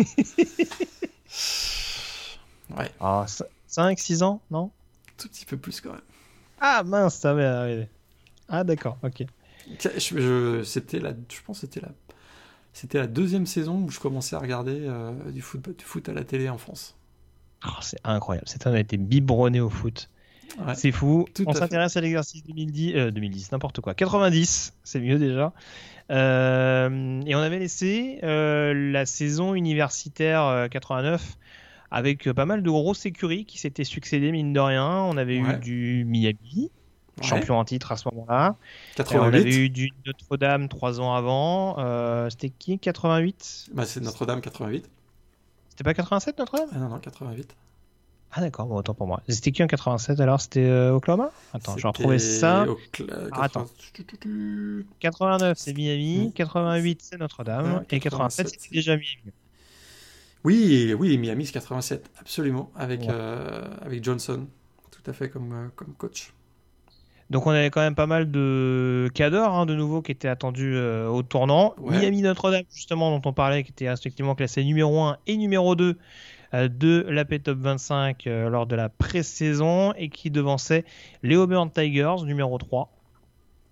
Ouais. Ah, 5, 6 ans, non? Tout petit peu plus quand même. Ah mince, ça va arriver. Ah d'accord, ok. Je pense que c'était la deuxième saison où je commençais à regarder du foot à la télé en France. Oh, c'est incroyable, cet homme a été biberonné au foot. Ouais, c'est fou. On s'intéresse à l'exercice 2010, n'importe quoi. 90, c'est mieux déjà. Et on avait laissé la saison universitaire 89 avec pas mal de grosses écuries qui s'étaient succédées, mine de rien. On avait eu du Miami, champion en titre à ce moment-là. 88. On avait eu du Notre-Dame 3 ans avant. C'était qui, 88? Bah, c'est Notre-Dame 88. C'était pas 87 Notre-Dame? Ah non, 88. Ah d'accord, bon, autant pour moi. C'était qui en 87 alors? C'était Oklahoma? Attends, je vais retrouver ça. Attends. 89 c'est Miami, 88 c'est Notre-Dame, et 87 c'est déjà Miami. Oui, Miami c'est 87, absolument, avec Johnson, tout à fait comme coach. Donc on avait quand même pas mal de cadors de nouveau qui étaient attendus au tournant. Ouais. Miami Notre-Dame justement dont on parlait, qui était respectivement classé numéro 1 et numéro 2 de l'AP Top 25 lors de la pré-saison et qui devançait les Auburn Tigers numéro 3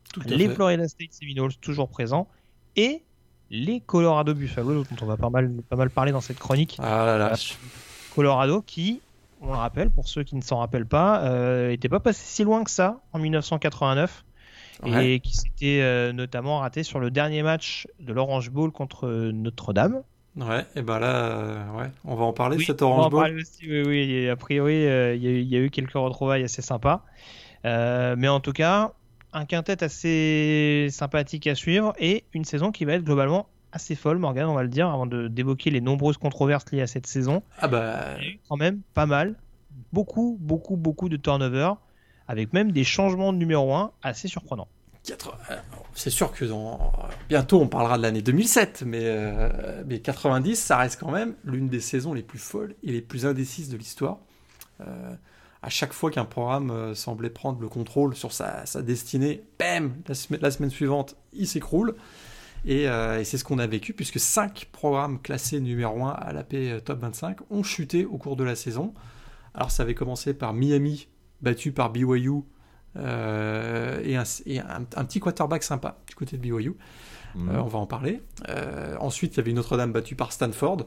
les Florida State Seminoles toujours présents et les Colorado Buffaloes dont on va pas mal parler dans cette chronique. Ah là là. Colorado qui, on le rappelle pour ceux qui ne s'en rappellent pas, n'était pas passé si loin que ça en 1989 et qui s'était notamment raté sur le dernier match de l'Orange Bowl contre Notre-Dame. Ouais, et ben là, on va en parler de cet Orange Bowl. Oui, et a priori, il y a eu quelques retrouvailles assez sympas. Mais en tout cas, un quintet assez sympathique à suivre et une saison qui va être globalement assez folle, Morgan, on va le dire, avant d'évoquer les nombreuses controverses liées à cette saison. Ah bah... Il y a eu quand même pas mal, beaucoup de turnover, avec même des changements de numéro 1 assez surprenants. C'est sûr que bientôt on parlera de l'année 2007, mais 90, ça reste quand même l'une des saisons les plus folles et les plus indécises de l'histoire. À chaque fois qu'un programme semblait prendre le contrôle sur sa destinée, bam, la semaine suivante, il s'écroule. Et c'est ce qu'on a vécu, puisque 5 programmes classés numéro 1 à l'AP Top 25 ont chuté au cours de la saison. Alors ça avait commencé par Miami, battu par BYU, et un petit quarterback sympa du côté de BYU. On va en parler. Ensuite, il y avait Notre-Dame battue par Stanford,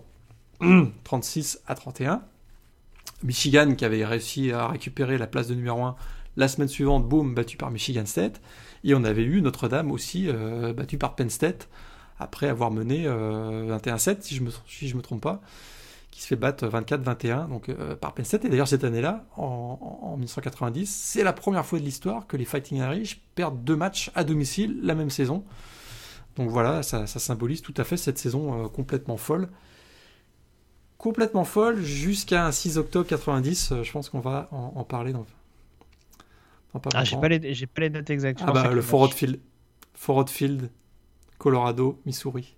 36-31. Michigan qui avait réussi à récupérer la place de numéro 1 la semaine suivante, boum, battu par Michigan State. Et on avait eu Notre-Dame aussi battu par Penn State après avoir mené 21-7 si je me trompe pas, qui se fait battre 24-21 donc par Penn State. Et d'ailleurs cette année-là, en 1990, c'est la première fois de l'histoire que les Fighting Irish perdent 2 matchs à domicile la même saison. Donc voilà, ça symbolise tout à fait cette saison complètement folle. Complètement folle jusqu'à un 6 octobre 90. Je pense qu'on va en parler dans pas j'ai pas les dates exactes. Ah bah le Ford Field, Colorado, Missouri.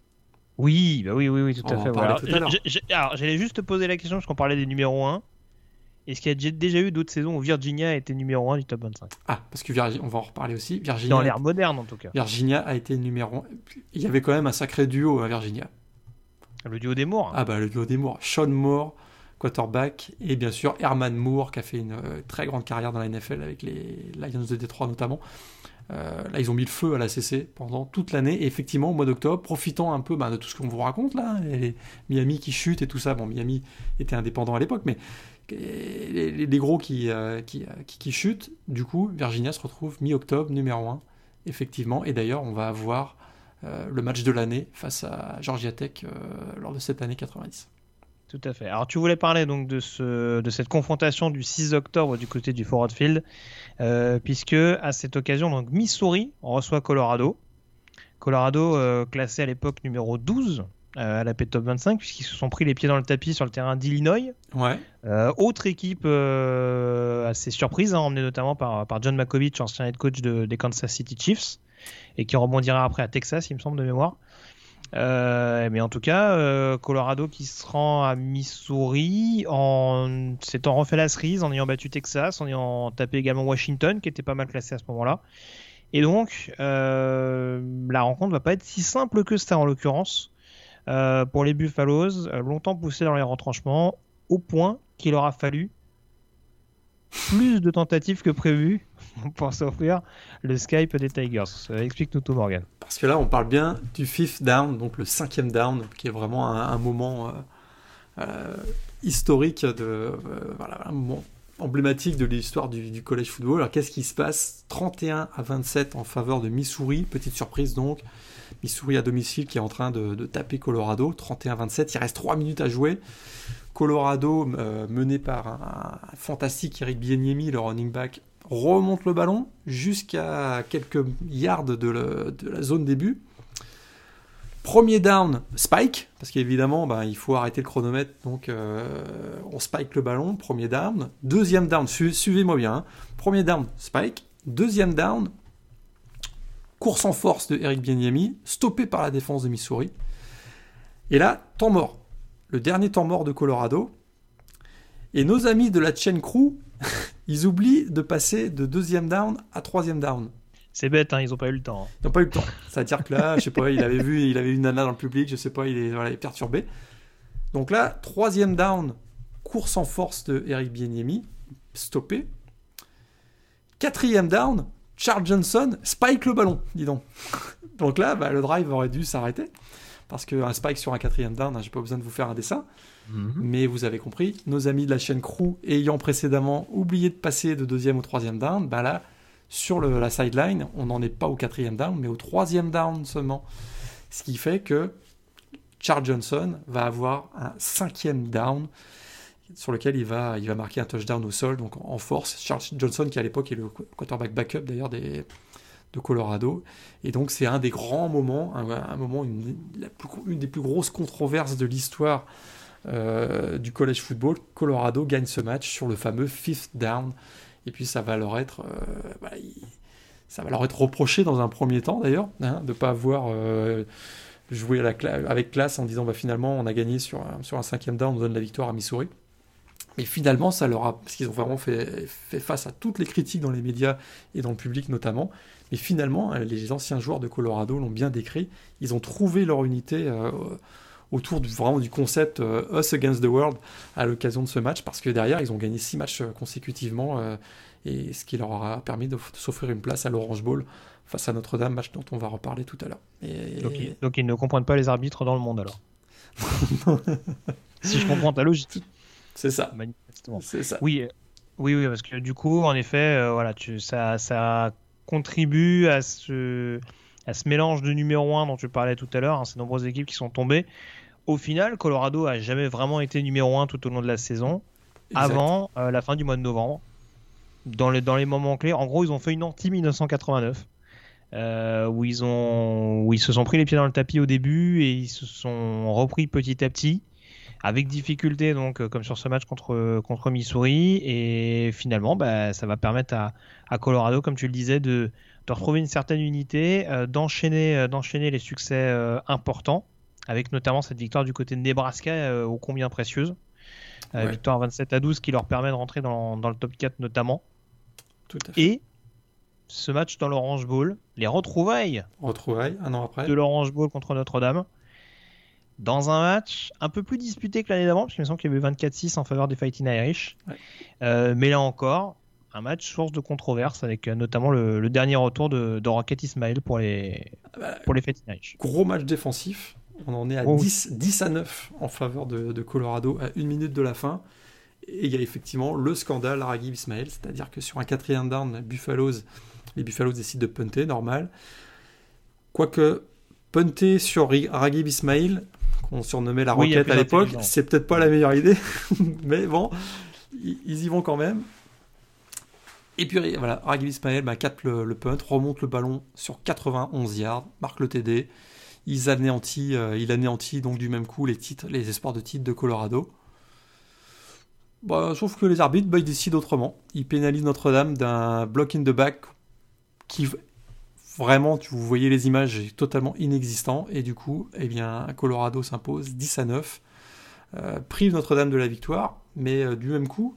Oui, tout à fait. Voilà. Alors, j'allais juste te poser la question parce qu'on parlait des numéros 1. Est-ce qu'il y a déjà eu d'autres saisons où Virginia a été numéro 1 du top 25 ? Ah, parce que on va en reparler aussi. Virginia, dans l'ère moderne en tout cas. Virginia a été numéro 1. Il y avait quand même un sacré duo à Virginia. Le duo des Moore. Ah bah le duo des Moore. Sean Moore, quarterback, et bien sûr Herman Moore qui a fait une très grande carrière dans la NFL avec les Lions de Détroit notamment. Là ils ont mis le feu à la CC pendant toute l'année et effectivement au mois d'octobre, profitant un peu de tout ce qu'on vous raconte là, les Miami qui chutent et tout ça. Bon, Miami était indépendant à l'époque, mais les gros qui chutent, du coup Virginia se retrouve mi-octobre numéro 1 effectivement. Et d'ailleurs on va avoir le match de l'année face à Georgia Tech lors de cette année 90. Tout à fait. Alors tu voulais parler donc de cette confrontation du 6 octobre du côté du Ford Field, puisque à cette occasion donc Missouri reçoit Colorado. Colorado classé à l'époque numéro 12 à la Top 25 puisqu'ils se sont pris les pieds dans le tapis sur le terrain d'Illinois. Ouais. Autre équipe assez surprise, emmenée notamment par John Mackovich, ancien head coach des Kansas City Chiefs, et qui rebondira après à Texas, il me semble de mémoire. Mais en tout cas, Colorado qui se rend à Missouri en s'étant refait la cerise, en ayant battu Texas, en ayant tapé également Washington, qui était pas mal classé à ce moment-là. Et donc, la rencontre va pas être si simple que ça en l'occurrence pour les Buffaloes, longtemps poussés dans les retranchements, au point qu'il aura fallu plus de tentatives que prévu pour s'offrir le Skype des Tigers. Explique-nous tout, Morgan. Parce que là, on parle bien du 5th down, donc le 5e down, qui est vraiment un moment historique, un moment emblématique de l'histoire du college football. Alors, qu'est-ce qui se passe ? 31-27 en faveur de Missouri. Petite surprise, donc. Missouri à domicile qui est en train de taper Colorado. 31-27, il reste 3 minutes à jouer. Colorado, mené par un fantastique Eric Bieniemy, le running back, remonte le ballon jusqu'à quelques yards de la zone début. Premier down, spike, parce qu'évidemment, il faut arrêter le chronomètre, donc on spike le ballon, premier down. Deuxième down, suivez-moi bien, hein. Premier down, spike. Deuxième down, course en force de Eric Bieniemy, stoppé par la défense de Missouri. Et là, temps mort. Le dernier temps mort de Colorado. Et nos amis de la chaîne crew, ils oublient de passer de deuxième down à troisième down. C'est bête, hein, ils n'ont pas eu le temps. Ils n'ont pas eu le temps. C'est-à-dire que là, je sais pas, il avait vu une nana dans le public, je sais pas, il est perturbé. Donc là, troisième down, course en force de Eric Bieniemy, stoppé. Quatrième down, Charles Johnson spike le ballon, dis donc. Donc là, le drive aurait dû s'arrêter. Parce qu'un spike sur un 4e down, j'ai pas besoin de vous faire un dessin. Mais vous avez compris, nos amis de la chaîne Crew ayant précédemment oublié de passer de 2e ou 3e down, là, sur la sideline, on n'en est pas au 4e down, mais au 3e down seulement. Ce qui fait que Charles Johnson va avoir un 5e down sur lequel il va marquer un touchdown au sol, donc en force. Charles Johnson, qui à l'époque est le quarterback backup d'ailleurs de Colorado. Et donc c'est un des grands moments, une des plus grosses controverses de l'histoire du college football. Colorado gagne ce match sur le fameux 5th down. Et puis ça va leur être reproché dans un premier temps d'ailleurs, de ne pas avoir joué avec classe en disant finalement on a gagné sur un 5e down, on donne la victoire à Missouri. Mais finalement, parce qu'ils ont vraiment fait face à toutes les critiques dans les médias et dans le public notamment, mais finalement, les anciens joueurs de Colorado l'ont bien décrit, ils ont trouvé leur unité autour vraiment du concept Us Against the World à l'occasion de ce match, parce que derrière, ils ont gagné 6 matchs consécutivement, et ce qui leur aura permis de s'offrir une place à l'Orange Bowl face à Notre-Dame, match dont on va reparler tout à l'heure. Donc ils ne comprennent pas les arbitres dans le monde alors. Si je comprends ta logique. C'est ça. Manifestement. C'est ça. Oui, parce que du coup, en effet, ça contribue à ce mélange de numéro 1 dont tu parlais tout à l'heure, ces nombreuses équipes qui sont tombées. Au final, Colorado a jamais vraiment été numéro 1 tout au long de la saison, avant la fin du mois de novembre. Dans les moments clés, en gros, ils ont fait une anti-1989, où ils se sont pris les pieds dans le tapis au début et ils se sont repris petit à petit. Avec difficulté, donc, comme sur ce match contre Missouri. Et finalement, ça va permettre à Colorado, comme tu le disais, de retrouver une certaine unité, d'enchaîner les succès importants, avec notamment cette victoire du côté de Nebraska, ô combien précieuse. Victoire 27-12 qui leur permet de rentrer dans le top 4 notamment. Tout à fait. Et ce match dans l'Orange Bowl, les retrouvailles un an après de l'Orange Bowl contre Notre-Dame. Dans un match un peu plus disputé que l'année d'avant, parce qu'il me semble qu'il y avait 24-6 en faveur des Fighting Irish. Mais là encore, un match source de controverse, avec notamment le dernier retour de Rocket Ismail pour les Fighting Irish. Gros match défensif. On en est à 10-9 en faveur de Colorado à 1 minute de la fin. Et il y a effectivement le scandale Ragib Ismail, c'est-à-dire que sur un 4e down, les Buffaloes décident de punter, normal. Quoique, punter sur Ragib Ismail, qu'on surnommait la Roquette à l'époque, c'est peut-être pas la meilleure idée, mais bon, ils y vont quand même. Et puis voilà, Ragib Ismail capte le punt, remonte le ballon sur 91 yards, marque le TD. Il anéantit donc du même coup les espoirs de titre de Colorado. Sauf que les arbitres, ils décident autrement. Ils pénalisent Notre-Dame d'un block in the back qui vraiment, vous voyez les images, est totalement inexistant. Et du coup, Colorado s'impose 10-9, prive Notre-Dame de la victoire, mais du même coup,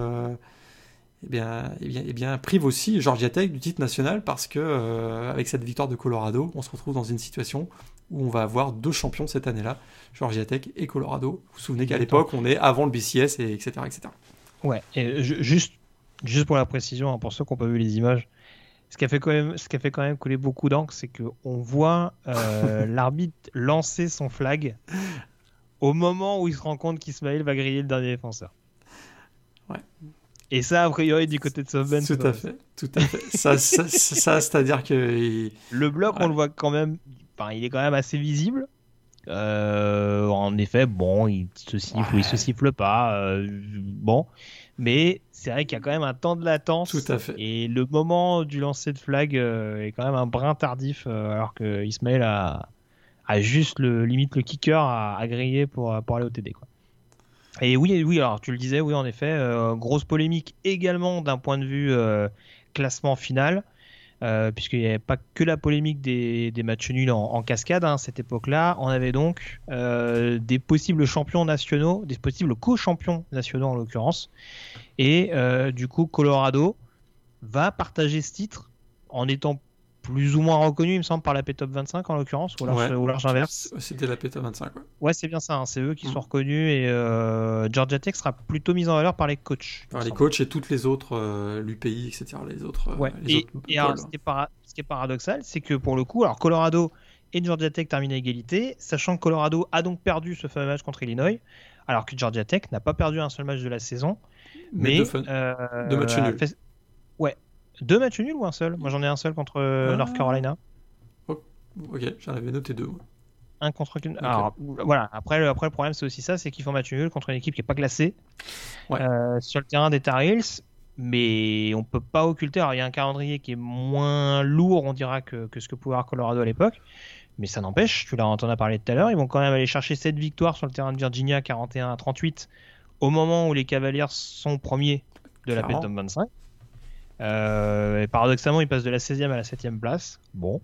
prive aussi Georgia Tech du titre national, parce que avec cette victoire de Colorado, on se retrouve dans une situation où on va avoir 2 champions cette année-là, Georgia Tech et Colorado. Vous vous souvenez qu'à l'époque, on est avant le BCS, et etc. Ouais, et juste pour la précision, pour ceux qui n'ont pas vu les images, ce qui a fait quand même couler beaucoup d'encre, c'est qu'on voit l'arbitre lancer son flag au moment où il se rend compte qu'Ismail va griller le dernier défenseur. Ouais. Et ça, a priori, du côté de South Bend. Tout à fait. ça, c'est-à-dire que... Le bloc, on le voit quand même... il est quand même assez visible. En effet, il se siffle ou il se siffle pas. Mais c'est vrai qu'il y a quand même un temps de latence. Tout à fait. Et le moment du lancer de flag est quand même un brin tardif, alors que Ismail a juste limite le kicker à griller pour aller au TD, quoi. Et oui, alors tu le disais, oui, en effet, grosse polémique également d'un point de vue classement final. Puisqu'il n'y avait pas que la polémique des matchs nuls en cascade à cette époque-là, on avait donc des possibles champions nationaux, des possibles co-champions nationaux en l'occurrence, et du coup Colorado va partager ce titre en étant plus ou moins reconnu, il me semble, par la P-Top 25 en l'occurrence, ou large inverse. C'était la P-Top 25, ouais. Ouais, c'est bien ça, hein, c'est eux qui sont reconnus, et Georgia Tech sera plutôt mise en valeur par les coachs. Par les coachs et toutes les autres, l'UPI, etc. Les autres. Et alors, ce qui est paradoxal, c'est que pour le coup, alors Colorado et Georgia Tech terminent à égalité, sachant que Colorado a donc perdu ce fameux match contre Illinois, alors que Georgia Tech n'a pas perdu un seul match de la saison. Mais deux matchs nuls. Ouais. 2 matchs nuls ou un seul ? Moi j'en ai un seul contre North Carolina. Ok, j'en avais noté 2. Un contre. Okay. Alors voilà, après le problème c'est aussi ça, c'est qu'ils font match nul contre une équipe qui n'est pas classée sur le terrain des Tar Heels. Mais on peut pas occulter. Alors il y a un calendrier qui est moins lourd, on dira, que ce que pouvait avoir Colorado à l'époque. Mais ça n'empêche, tu en as parlé tout à l'heure, ils vont quand même aller chercher 7 victoires sur le terrain de Virginia, 41-38, au moment où les Cavaliers sont premiers de la P-Top 25. Et paradoxalement, ils passent de la 16e à la 7e place. Bon.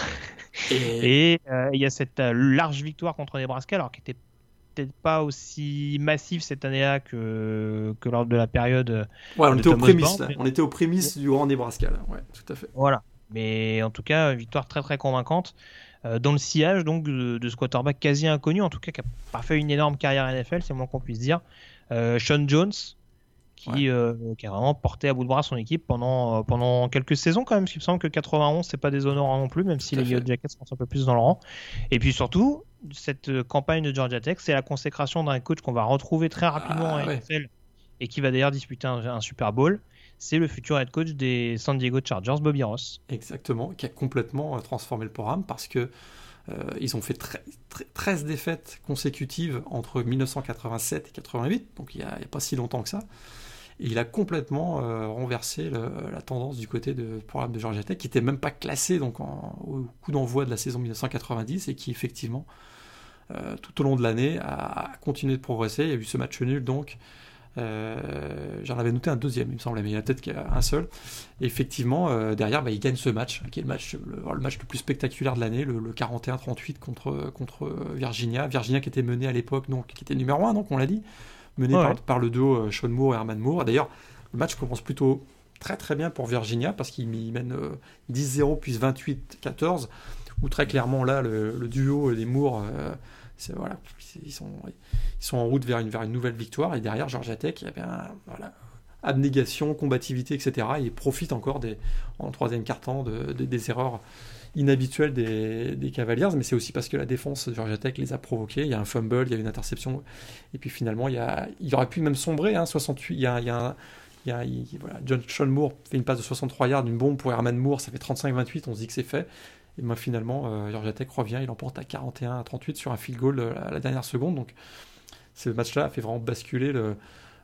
Et il y a cette large victoire contre Nebraska, alors qui était peut-être pas aussi massif cette année-là que lors de la période. On était aux prémices, là. On était aux prémices du grand Nebraska, là. Ouais, tout à fait. Voilà. Mais en tout cas, victoire très très convaincante dans le sillage donc de ce quarterback quasi inconnu, en tout cas qui n'a pas fait une énorme carrière NFL, c'est le moins qu'on puisse dire. Sean Jones, qui a vraiment porté à bout de bras son équipe pendant quelques saisons quand même, parce qu'il me semble que 91 c'est pas déshonorant non plus, même si les Yellow Jackets sont un peu plus dans le rang. Et puis surtout, cette campagne de Georgia Tech, c'est la consécration d'un coach qu'on va retrouver très rapidement en NFL et qui va d'ailleurs disputer un Super Bowl. C'est le futur head coach des San Diego Chargers, Bobby Ross. Exactement, qui a complètement transformé le programme parce que ils ont fait 13 défaites consécutives entre 1987 et 88, donc il n'y a pas si longtemps que ça. Et il a complètement renversé la tendance du côté du programme de Georgia Tech, qui n'était même pas classé donc, au coup d'envoi de la saison 1990 et qui effectivement, tout au long de l'année, a continué de progresser. Il y a eu ce match nul donc. J'en avais noté un deuxième, il me semblait, mais il y en a peut-être qu'un seul. Et effectivement, derrière, il gagne ce match, qui est le match le plus spectaculaire de l'année, le 41-38 contre Virginia. Virginia qui était menée à l'époque, donc qui était numéro 1, donc on l'a dit, menée par le duo Sean Moore et Herman Moore. D'ailleurs, le match commence plutôt très très bien pour Virginia, parce qu'ils mènent 10-0 puis 28-14, où très clairement là, le duo des Moore... ils sont en route vers une nouvelle victoire, et derrière Georgia Tech, il y avait abnégation, combativité, etc. Et ils profitent encore en troisième quart-temps des erreurs inhabituelles des Cavaliers, mais c'est aussi parce que la défense de Georgia Tech les a provoqués. Il y a un fumble, il y a une interception, et puis finalement il aurait pu même sombrer. 68, Sean Moore fait une passe de 63 yards, une bombe pour Herman Moore, ça fait 35-28, on se dit que c'est fait. Et moi, finalement, Georgia Tech revient, il emporte à 41-38 sur un field goal à la dernière seconde. Donc, ce match-là a fait vraiment basculer le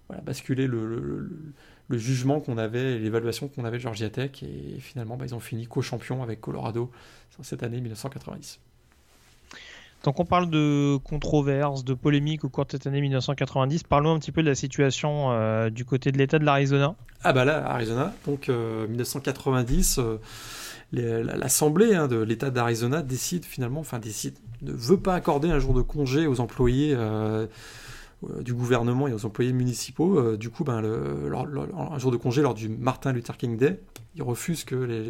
jugement qu'on avait et l'évaluation qu'on avait de Georgia Tech. Et finalement, ils ont fini co-champion avec Colorado cette année 1990. Donc, on parle de controverses, de polémiques au cours de cette année 1990. Parlons un petit peu de la situation du côté de l'État de l'Arizona. Ah bah là, Arizona, donc 1990... l'Assemblée de l'État d'Arizona ne veut pas accorder un jour de congé aux employés du gouvernement et aux employés municipaux. Du coup, un jour de congé lors du Martin Luther King Day, ils refusent que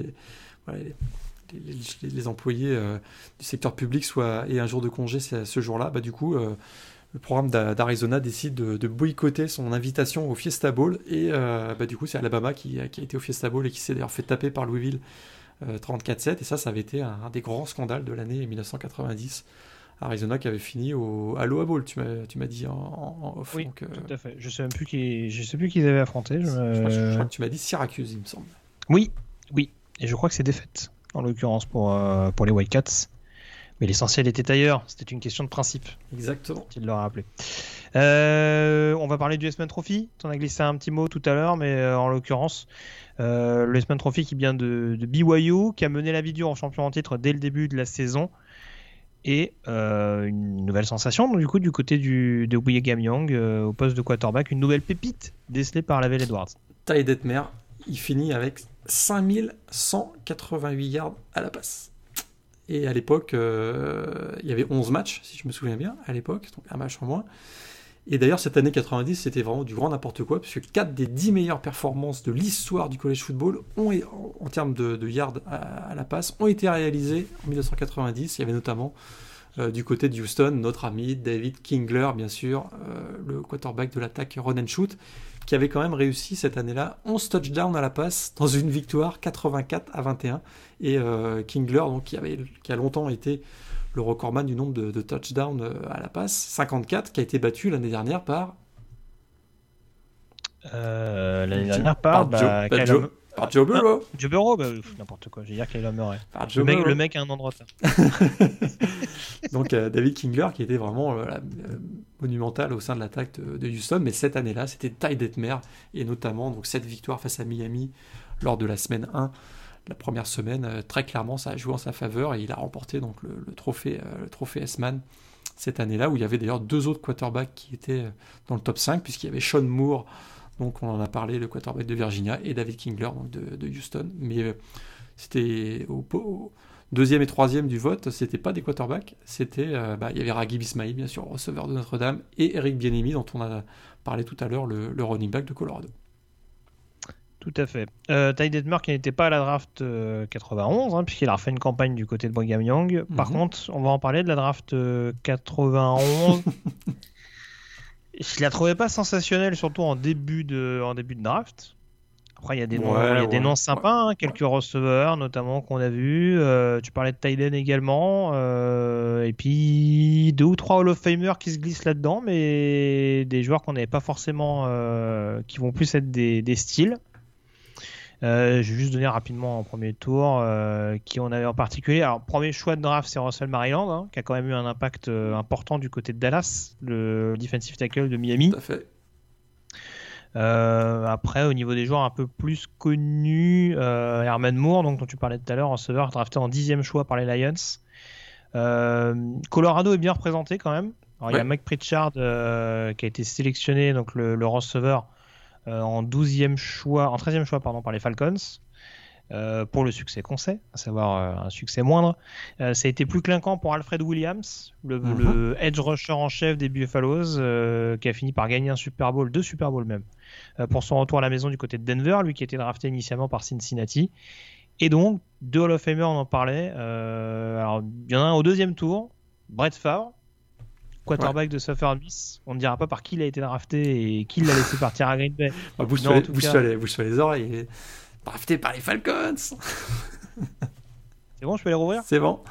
les employés du secteur public aient un jour de congé ce jour-là. Du coup, le programme d'Arizona décide de boycotter son invitation au Fiesta Bowl, et du coup, c'est Alabama qui a été au Fiesta Bowl et qui s'est d'ailleurs fait taper par Louisville 34-7, et ça avait été un des grands scandales de l'année 1990. Arizona qui avait fini à l'Iowa Bowl, tu m'as dit en off. Oui, donc, tout à fait. Je sais plus qui ils avaient affronté. Je crois que tu m'as dit Syracuse, il me semble. Oui, et je crois que c'est défaite, en l'occurrence pour les Wildcats. Mais l'essentiel était ailleurs, c'était une question de principe. Exactement. Tu l'as rappelé. On va parler du S-Man Trophy. Tu en as glissé un petit mot tout à l'heure, mais en l'occurrence, le S-Man Trophy qui vient de BYU, qui a mené la Vie-Dure en champion en titre dès le début de la saison. Et une nouvelle sensation, donc, du côté de Brigham Young, au poste de quarterback, une nouvelle pépite décelée par Lavelle Edwards. Ty Detmer, il finit avec 5188 yards à la passe. Et à l'époque, il y avait 11 matchs, si je me souviens bien, à l'époque, donc un match en moins. Et d'ailleurs, cette année 90, c'était vraiment du grand n'importe quoi, puisque 4 des 10 meilleures performances de l'histoire du college football, en termes de yards à la passe, ont été réalisées en 1990. Il y avait notamment, du côté de Houston, notre ami David Kingler, bien sûr, le quarterback de l'attaque run and shoot, qui avait quand même réussi cette année-là 11 touchdowns à la passe dans une victoire 84-21. Et Kingler, donc, qui a longtemps été le recordman du nombre de touchdowns à la passe, 54, qui a été battu l'année dernière par... Joe Burrow. Joe Burrow, n'importe quoi, je vais dire Kyler Murray. Le mec a un an de retard. Donc David Kingler, qui était vraiment monumental au sein de l'attaque de Houston, mais cette année-là, c'était Ty Detmer, et notamment donc, cette victoire face à Miami lors de la semaine 1. La première semaine, très clairement, ça a joué en sa faveur, et il a remporté donc, le trophée S-Man cette année-là, où il y avait d'ailleurs 2 autres quarterbacks qui étaient dans le top 5, puisqu'il y avait Sean Moore, donc on en a parlé, le quarterback de Virginia, et David Kingler donc de Houston. Mais c'était au deuxième et troisième du vote, c'était pas des quarterbacks, c'était il y avait Raghib Ismail, bien sûr, receveur de Notre-Dame, et Eric Bieniemy, dont on a parlé tout à l'heure, le running back de Colorado. Tout à fait. Ty Detmer qui n'était pas à la draft 91, puisqu'il a refait une campagne du côté de Brigham Young. Par contre, on va en parler de la draft 91. Je la trouvais pas sensationnelle, surtout en début de draft. Après, il y a des noms sympas, quelques receveurs notamment qu'on a vus. Tu parlais de Tyden également. Et puis 2 ou 3 Hall of Famers qui se glissent là-dedans, mais des joueurs qu'on n'avait pas forcément, qui vont plus être des styles. Je vais juste donner rapidement en premier tour qui on avait en particulier. Alors, premier choix de draft, c'est Russell Maryland, qui a quand même eu un impact important du côté de Dallas, le defensive tackle de Miami. Tout à fait. Après, au niveau des joueurs un peu plus connus, Herman Moore, donc, dont tu parlais tout à l'heure, receveur drafté en 10e choix par les Lions. Colorado est bien représenté quand même. Alors, il y a Mike Pritchard qui a été sélectionné, donc le receveur, en 13e choix par les Falcons, pour le succès qu'on sait, à savoir un succès moindre. Ça a été plus clinquant pour Alfred Williams, le edge rusher en chef des Buffaloes, qui a fini par gagner 2 Super Bowls même, pour son retour à la maison du côté de Denver, lui qui était drafté initialement par Cincinnati. Et donc, 2 Hall of Famers, on en parlait. Alors, il y en a un au 2e tour, Brett Favre, quarterback de Southern Miss. On ne dira pas par qui il a été drafté et qui l'a laissé partir à Green Bay. Bouge-toi les oreilles. Drafté par les Falcons. C'est bon, je peux les rouvrir ? C'est bon.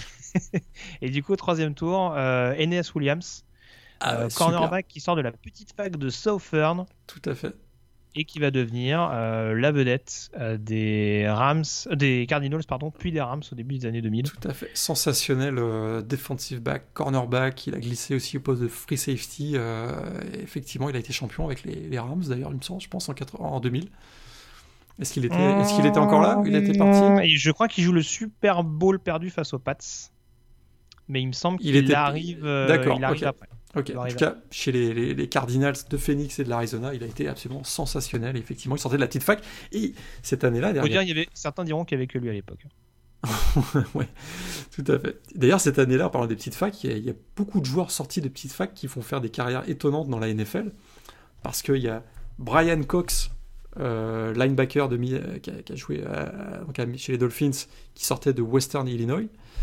Et du coup, au 3e tour, Enes Williams, cornerback qui sort de la petite fac de Southern. Tout à fait. Et qui va devenir la vedette des Cardinals, puis des Rams au début des années 2000. Tout à fait. Sensationnel defensive back, cornerback. Il a glissé aussi au poste de free safety. Effectivement, il a été champion avec les Rams, d'ailleurs, il me semble, je pense, en 2000. Est-ce qu'il était encore là ou il était parti ? Et je crois qu'il joue le Super Bowl perdu face aux Pats. Mais il me semble qu'il arrive après. Ok, en tout cas, chez les Cardinals de Phoenix et de l'Arizona, il a été absolument sensationnel. Effectivement, il sortait de la petite fac. Et cette année-là... certains diront qu'il n'y avait que lui à l'époque. Oui, tout à fait. D'ailleurs, cette année-là, en parlant des petites facs, il y a beaucoup de joueurs sortis de petites facs qui font faire des carrières étonnantes dans la NFL. Parce qu'il y a Brian Cox, linebacker qui a joué chez les Dolphins, qui sortait de Western Illinois.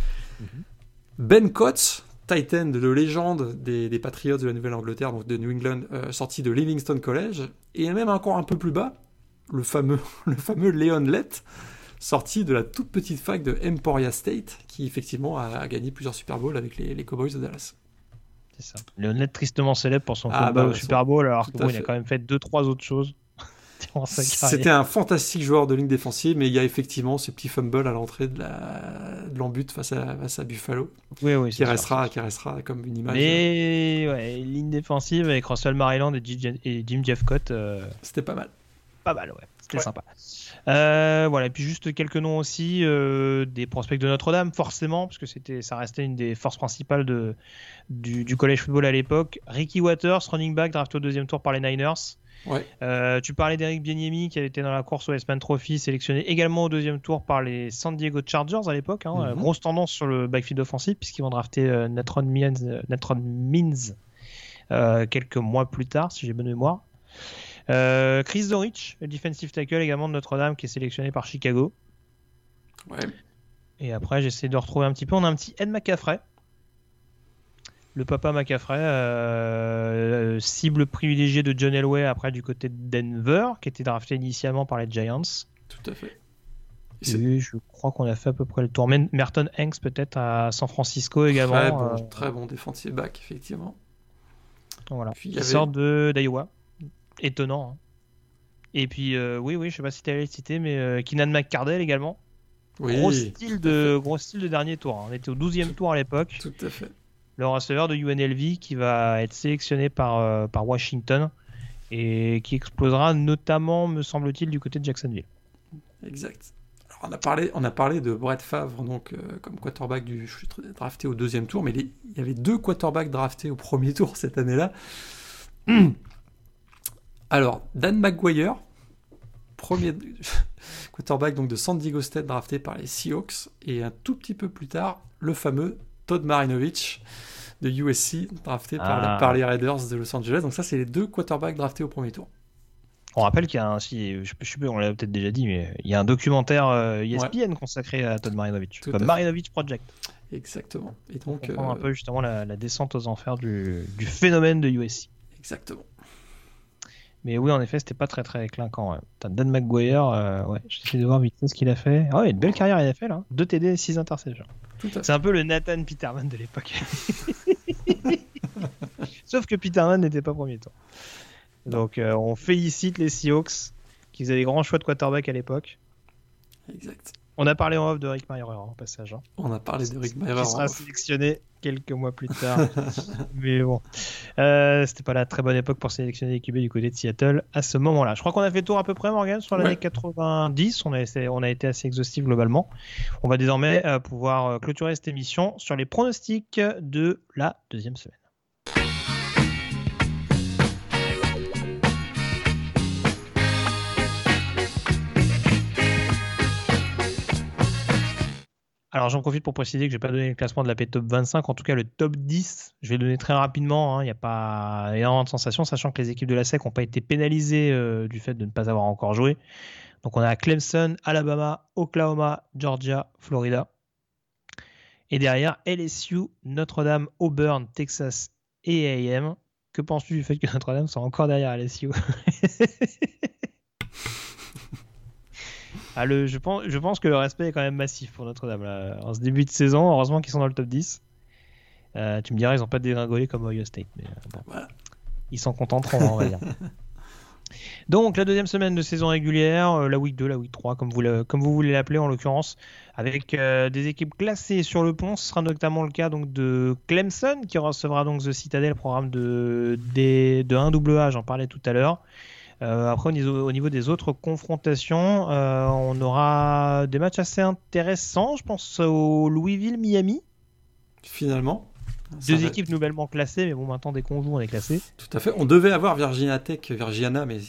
Ben Kotz, Titan de légende des Patriots de la Nouvelle-Angleterre, donc de New England, sorti de Livingston College, et même encore un peu plus bas, le fameux Leon Lett, sorti de la toute petite fac de Emporia State, qui effectivement a gagné plusieurs Super Bowls avec les Cowboys de Dallas. C'est ça. Leon Lett tristement célèbre pour son combat au Super Bowl, alors qu'il a quand même fait 2-3 autres choses. C'était un fantastique joueur de ligne défensive, mais il y a effectivement ce petit fumble à l'entrée de l'embut face à Buffalo, qui restera comme une image. Mais ligne défensive avec Russell Maryland et Jim Jeffcoat, c'était pas mal. C'était sympa. Et puis juste quelques noms aussi des prospects de Notre-Dame, forcément, parce que ça restait une des forces principales du college football à l'époque. Ricky Watters, running back, drafté au 2e tour par les Niners. Tu parlais d'Eric Bieniemy qui avait été dans la course au S-Man Trophy, sélectionné également au 2e tour par les San Diego Chargers à l'époque. Grosse tendance sur le backfield offensif puisqu'ils vont drafter Natron Means quelques mois plus tard, si j'ai bonne mémoire. Chris Dorich, le defensive tackle également de Notre-Dame, qui est sélectionné par Chicago. Ouais. Et après, j'essaie de retrouver un petit peu. On a un petit Ed McCaffrey. Le papa McCaffrey, cible privilégiée de John Elway après du côté de Denver, qui était drafté initialement par les Giants. Tout à fait. Et je crois qu'on a fait à peu près le tour. Merton Hanks peut-être à San Francisco également. Très bon defensive back, effectivement. Voilà. Puis, Il sort d'Iowa. Étonnant. Hein. Et puis, oui, je sais pas si tu allais le citer, mais Keenan McCardell également. Oui, gros style de dernier tour. Hein. On était au 12e tour à l'époque. Tout à fait. Le receveur de UNLV qui va être sélectionné par Washington et qui explosera notamment, me semble-t-il, du côté de Jacksonville. Exact. Alors on a parlé de Brett Favre donc, comme quarterback drafté au 2e tour, mais il y avait 2 quarterbacks draftés au 1er tour cette année-là. Alors, Dan McGuire, premier quarterback donc, de San Diego State drafté par les Seahawks, et un tout petit peu plus tard, le fameux Todd Marinovich de USC, drafté par les Raiders de Los Angeles. Donc ça, c'est les 2 quarterbacks draftés au 1er tour. On rappelle qu'il y a je sais pas, on l'a peut-être déjà dit, mais il y a un documentaire ESPN consacré à Todd Marinovich, comme Marinovich Project. Exactement. Et donc, on comprend un peu justement la descente aux enfers du phénomène de USC. Exactement. Mais oui, en effet, c'était pas très très clinquant. Ouais. Dan McGuire, j'essaie de voir vite ce qu'il a fait. Ah ouais, une belle carrière NFL, hein. 2 TD et 6 interceptions. C'est un peu le Nathan Peterman de l'époque. Sauf que Peterman n'était pas premier tour. Donc on félicite les Seahawks qui faisaient des grands choix de quarterback à l'époque. Exact. On a parlé en off de Rick Mirer en passage. Hein. On a parlé de Rick Mirer qui sera sélectionné quelques mois plus tard. Mais bon, c'était pas la très bonne époque pour sélectionner les QB du côté de Seattle à ce moment-là. Je crois qu'on a fait le tour à peu près, Morgan, sur l'année 90. On a été assez exhaustif globalement. On va désormais pouvoir clôturer cette émission sur les pronostics de la 2e semaine. Alors j'en profite pour préciser que je n'ai pas donné le classement de la Top 25, en tout cas le top 10, je vais le donner très rapidement, il n'y a pas énormément de sensations, sachant que les équipes de la SEC n'ont pas été pénalisées du fait de ne pas avoir encore joué. Donc on a Clemson, Alabama, Oklahoma, Georgia, Florida. Et derrière LSU, Notre-Dame, Auburn, Texas et A&M. Que penses-tu du fait que Notre-Dame soit encore derrière LSU? Je pense que le respect est quand même massif pour Notre-Dame là. En ce début de saison. Heureusement qu'ils sont dans le top 10. Tu me diras, ils n'ont pas dégringolé comme Ohio State. Mais bon, voilà. Ils s'en contenteront, on va dire. Donc, la 2e semaine de saison régulière, la week 2, la week 3, comme vous voulez l'appeler en l'occurrence, avec des équipes classées sur le pont. Ce sera notamment le cas donc, de Clemson, qui recevra donc The Citadel, programme de 1AA, j'en parlais tout à l'heure. Après, au niveau des autres confrontations, on aura des matchs assez intéressants. Je pense au Louisville-Miami. Finalement. 2 équipes nouvellement classées, mais bon, maintenant, dès qu'on joue, on est classé. Tout à fait. On devait avoir Virginia Tech, Virginia, mais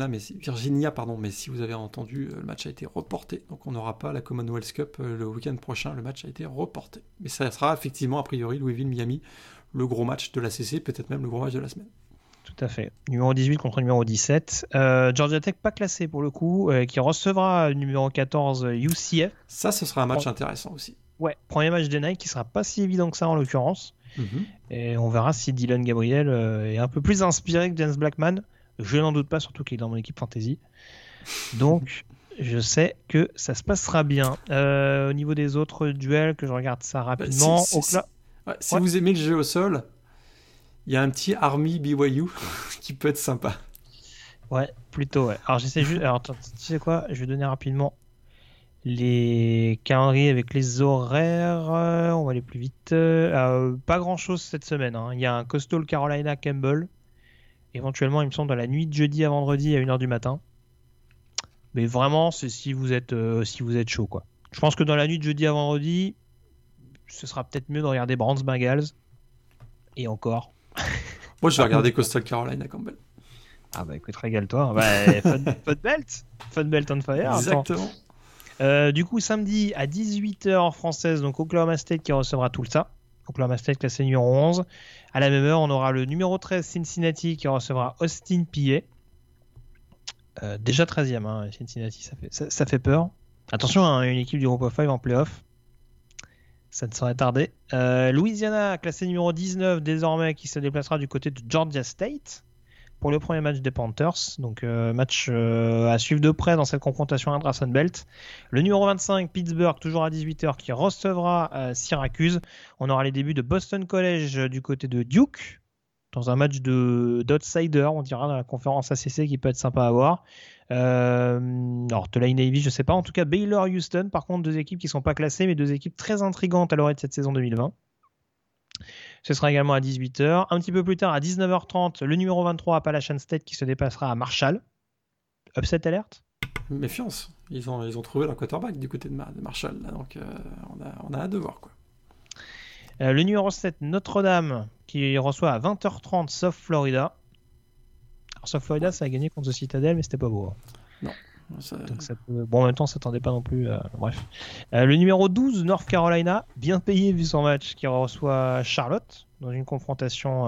si vous avez entendu, le match a été reporté. Donc, on n'aura pas la Commonwealth Cup le week-end prochain. Le match a été reporté. Mais ça sera effectivement, a priori, Louisville-Miami, le gros match de la CC, peut-être même le gros match de la semaine. Tout à fait. Numéro 18 contre numéro 17. Georgia Tech pas classé pour le coup, qui recevra numéro 14 UCF. Ça, ce sera un match intéressant aussi. Ouais, premier match des Nike qui sera pas si évident que ça en l'occurrence. Et on verra si Dylan Gabriel est un peu plus inspiré que James Blackman. Je n'en doute pas, surtout qu'il est dans mon équipe fantasy. Donc, je sais que ça se passera bien. Au niveau des autres duels, que je regarde ça rapidement. Si vous aimez le jeu au sol, il y a un petit Army BYU qui peut être sympa. Ouais, plutôt, ouais. Alors, j'essaie juste. Alors, attends, tu sais quoi? Je vais donner rapidement les calendriers avec les horaires. On va aller plus vite. Pas grand chose cette semaine. Hein. Il y a un Coastal Carolina Campbell. Éventuellement, il me semble, dans la nuit de jeudi à vendredi à 1h du matin. Mais vraiment, c'est si vous êtes chaud, quoi. Je pense que dans la nuit de jeudi à vendredi, ce sera peut-être mieux de regarder Browns Bengals. Et encore. Moi, je vais regarder Coastal Carolina Campbell. Ah bah écoute, régale-toi. Fun belt on fire. Exactement. Du coup, samedi à 18h française, donc Oklahoma State qui recevra Tulsa. Oklahoma State classé numéro 11. À la même heure, on aura le numéro 13 Cincinnati qui recevra Austin Peay. Déjà 13e, hein, Cincinnati, ça fait peur. Attention, hein, une équipe du groupe of 5 en playoff. Ça ne saurait tarder. Louisiana, classé numéro 19 désormais, qui se déplacera du côté de Georgia State pour le premier match des Panthers. Donc match à suivre de près dans cette confrontation intra-Sun Belt. Le numéro 25, Pittsburgh, toujours à 18h, qui recevra Syracuse. On aura les débuts de Boston College du côté de Duke, dans un match d'outsider, on dira, dans la conférence ACC qui peut être sympa à voir. Alors, Tulane Navy, je ne sais pas. En tout cas, Baylor, Houston, par contre, deux équipes qui ne sont pas classées, mais deux équipes très intrigantes à l'orée de cette saison 2020. Ce sera également à 18h. Un petit peu plus tard, à 19h30, le numéro 23, Appalachian State, qui se déplacera à Marshall. Upset alert ? Méfiance. Ils ont trouvé leur quarterback du côté de Marshall. Là, donc, on a hâte de voir, quoi. Le numéro 7, Notre-Dame, qui reçoit à 20h30 South Florida. Alors, South Florida, ça a gagné contre The Citadel, mais c'était pas beau. Hein. Non. Donc ça peut... Bon, en même temps, on s'attendait pas non plus. Bref. Le numéro 12, North Carolina, bien payé vu son match, qui reçoit Charlotte dans une confrontation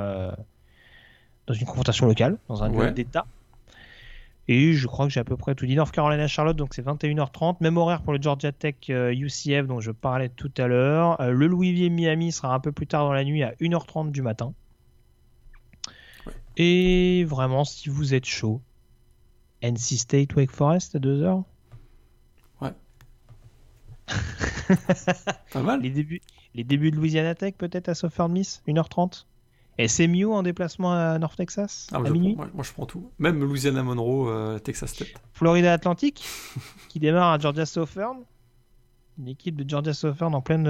locale, dans un duel d'État. Et je crois que j'ai à peu près tout dit. North Carolina-Charlotte, donc c'est 21h30. Même horaire pour le Georgia Tech UCF, dont je parlais tout à l'heure. Le Louisville-Miami sera un peu plus tard dans la nuit à 1h30 du matin. Ouais. Et vraiment, si vous êtes chaud, NC State Wake Forest à 2h. Ouais. Pas mal. Les débuts de Louisiana Tech peut-être à Southern Miss, 1h30. SMU en déplacement à North Texas à minuit. Moi je prends tout. Même Louisiana Monroe, Texas Tech. Florida Atlantic qui démarre à Georgia Southern. Une équipe de Georgia Southern en pleine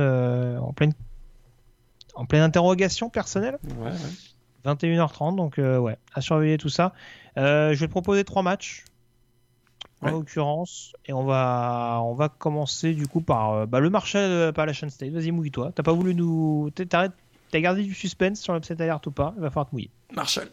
interrogation personnelle. Ouais. 21h30, donc ouais, à surveiller tout ça. Je vais te proposer 3 matchs en l'occurrence, et on va commencer du coup par le Marshall Appalachian State. Vas-y, mouille-toi. T'as pas voulu nous... T'as gardé du suspense sur l'upset alert ou pas? Il va falloir te mouiller. Marshall.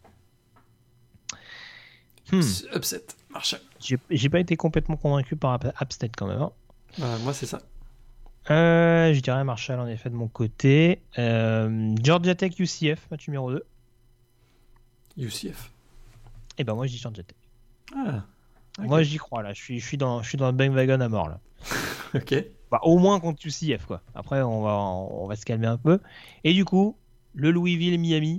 Upset, Marshall. J'ai pas été complètement convaincu par App State quand même. Hein. Moi, c'est ça. Je dirais Marshall en effet de mon côté. Georgia Tech UCF, match numéro 2. UCF. Et ben moi je dis Georgia Tech. Ah. Okay. Moi j'y crois là. Je suis dans le bandwagon à mort là. Ok. Bah, au moins contre UCF quoi. Après on va se calmer un peu. Et du coup le Louisville-Miami.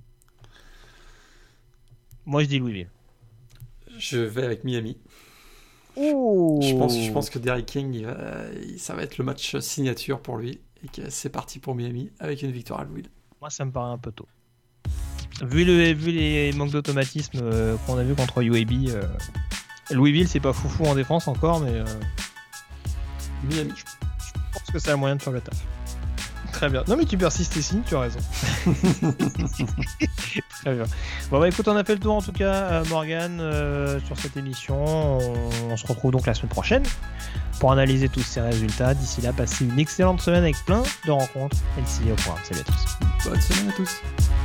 Moi je dis Louisville. Je vais avec Miami. Oh. Je pense que Derrick King, ça va être le match signature pour lui et que c'est parti pour Miami avec une victoire à Louisville. Moi, ça me paraît un peu tôt. Vu les manques d'automatisme qu'on a vu contre UAB, Louisville, c'est pas foufou en défense encore, mais Miami. Je pense que ça a moyen de faire le taf. Très bien. Non mais tu persistes et signes, tu as raison. Très bien. Bon bah écoute, on a fait le tour en tout cas, Morgan, sur cette émission. On se retrouve donc la semaine prochaine pour analyser tous ces résultats. D'ici là, passez une excellente semaine avec plein de rencontres NCAA au programme. Salut à tous. Bonne semaine à tous.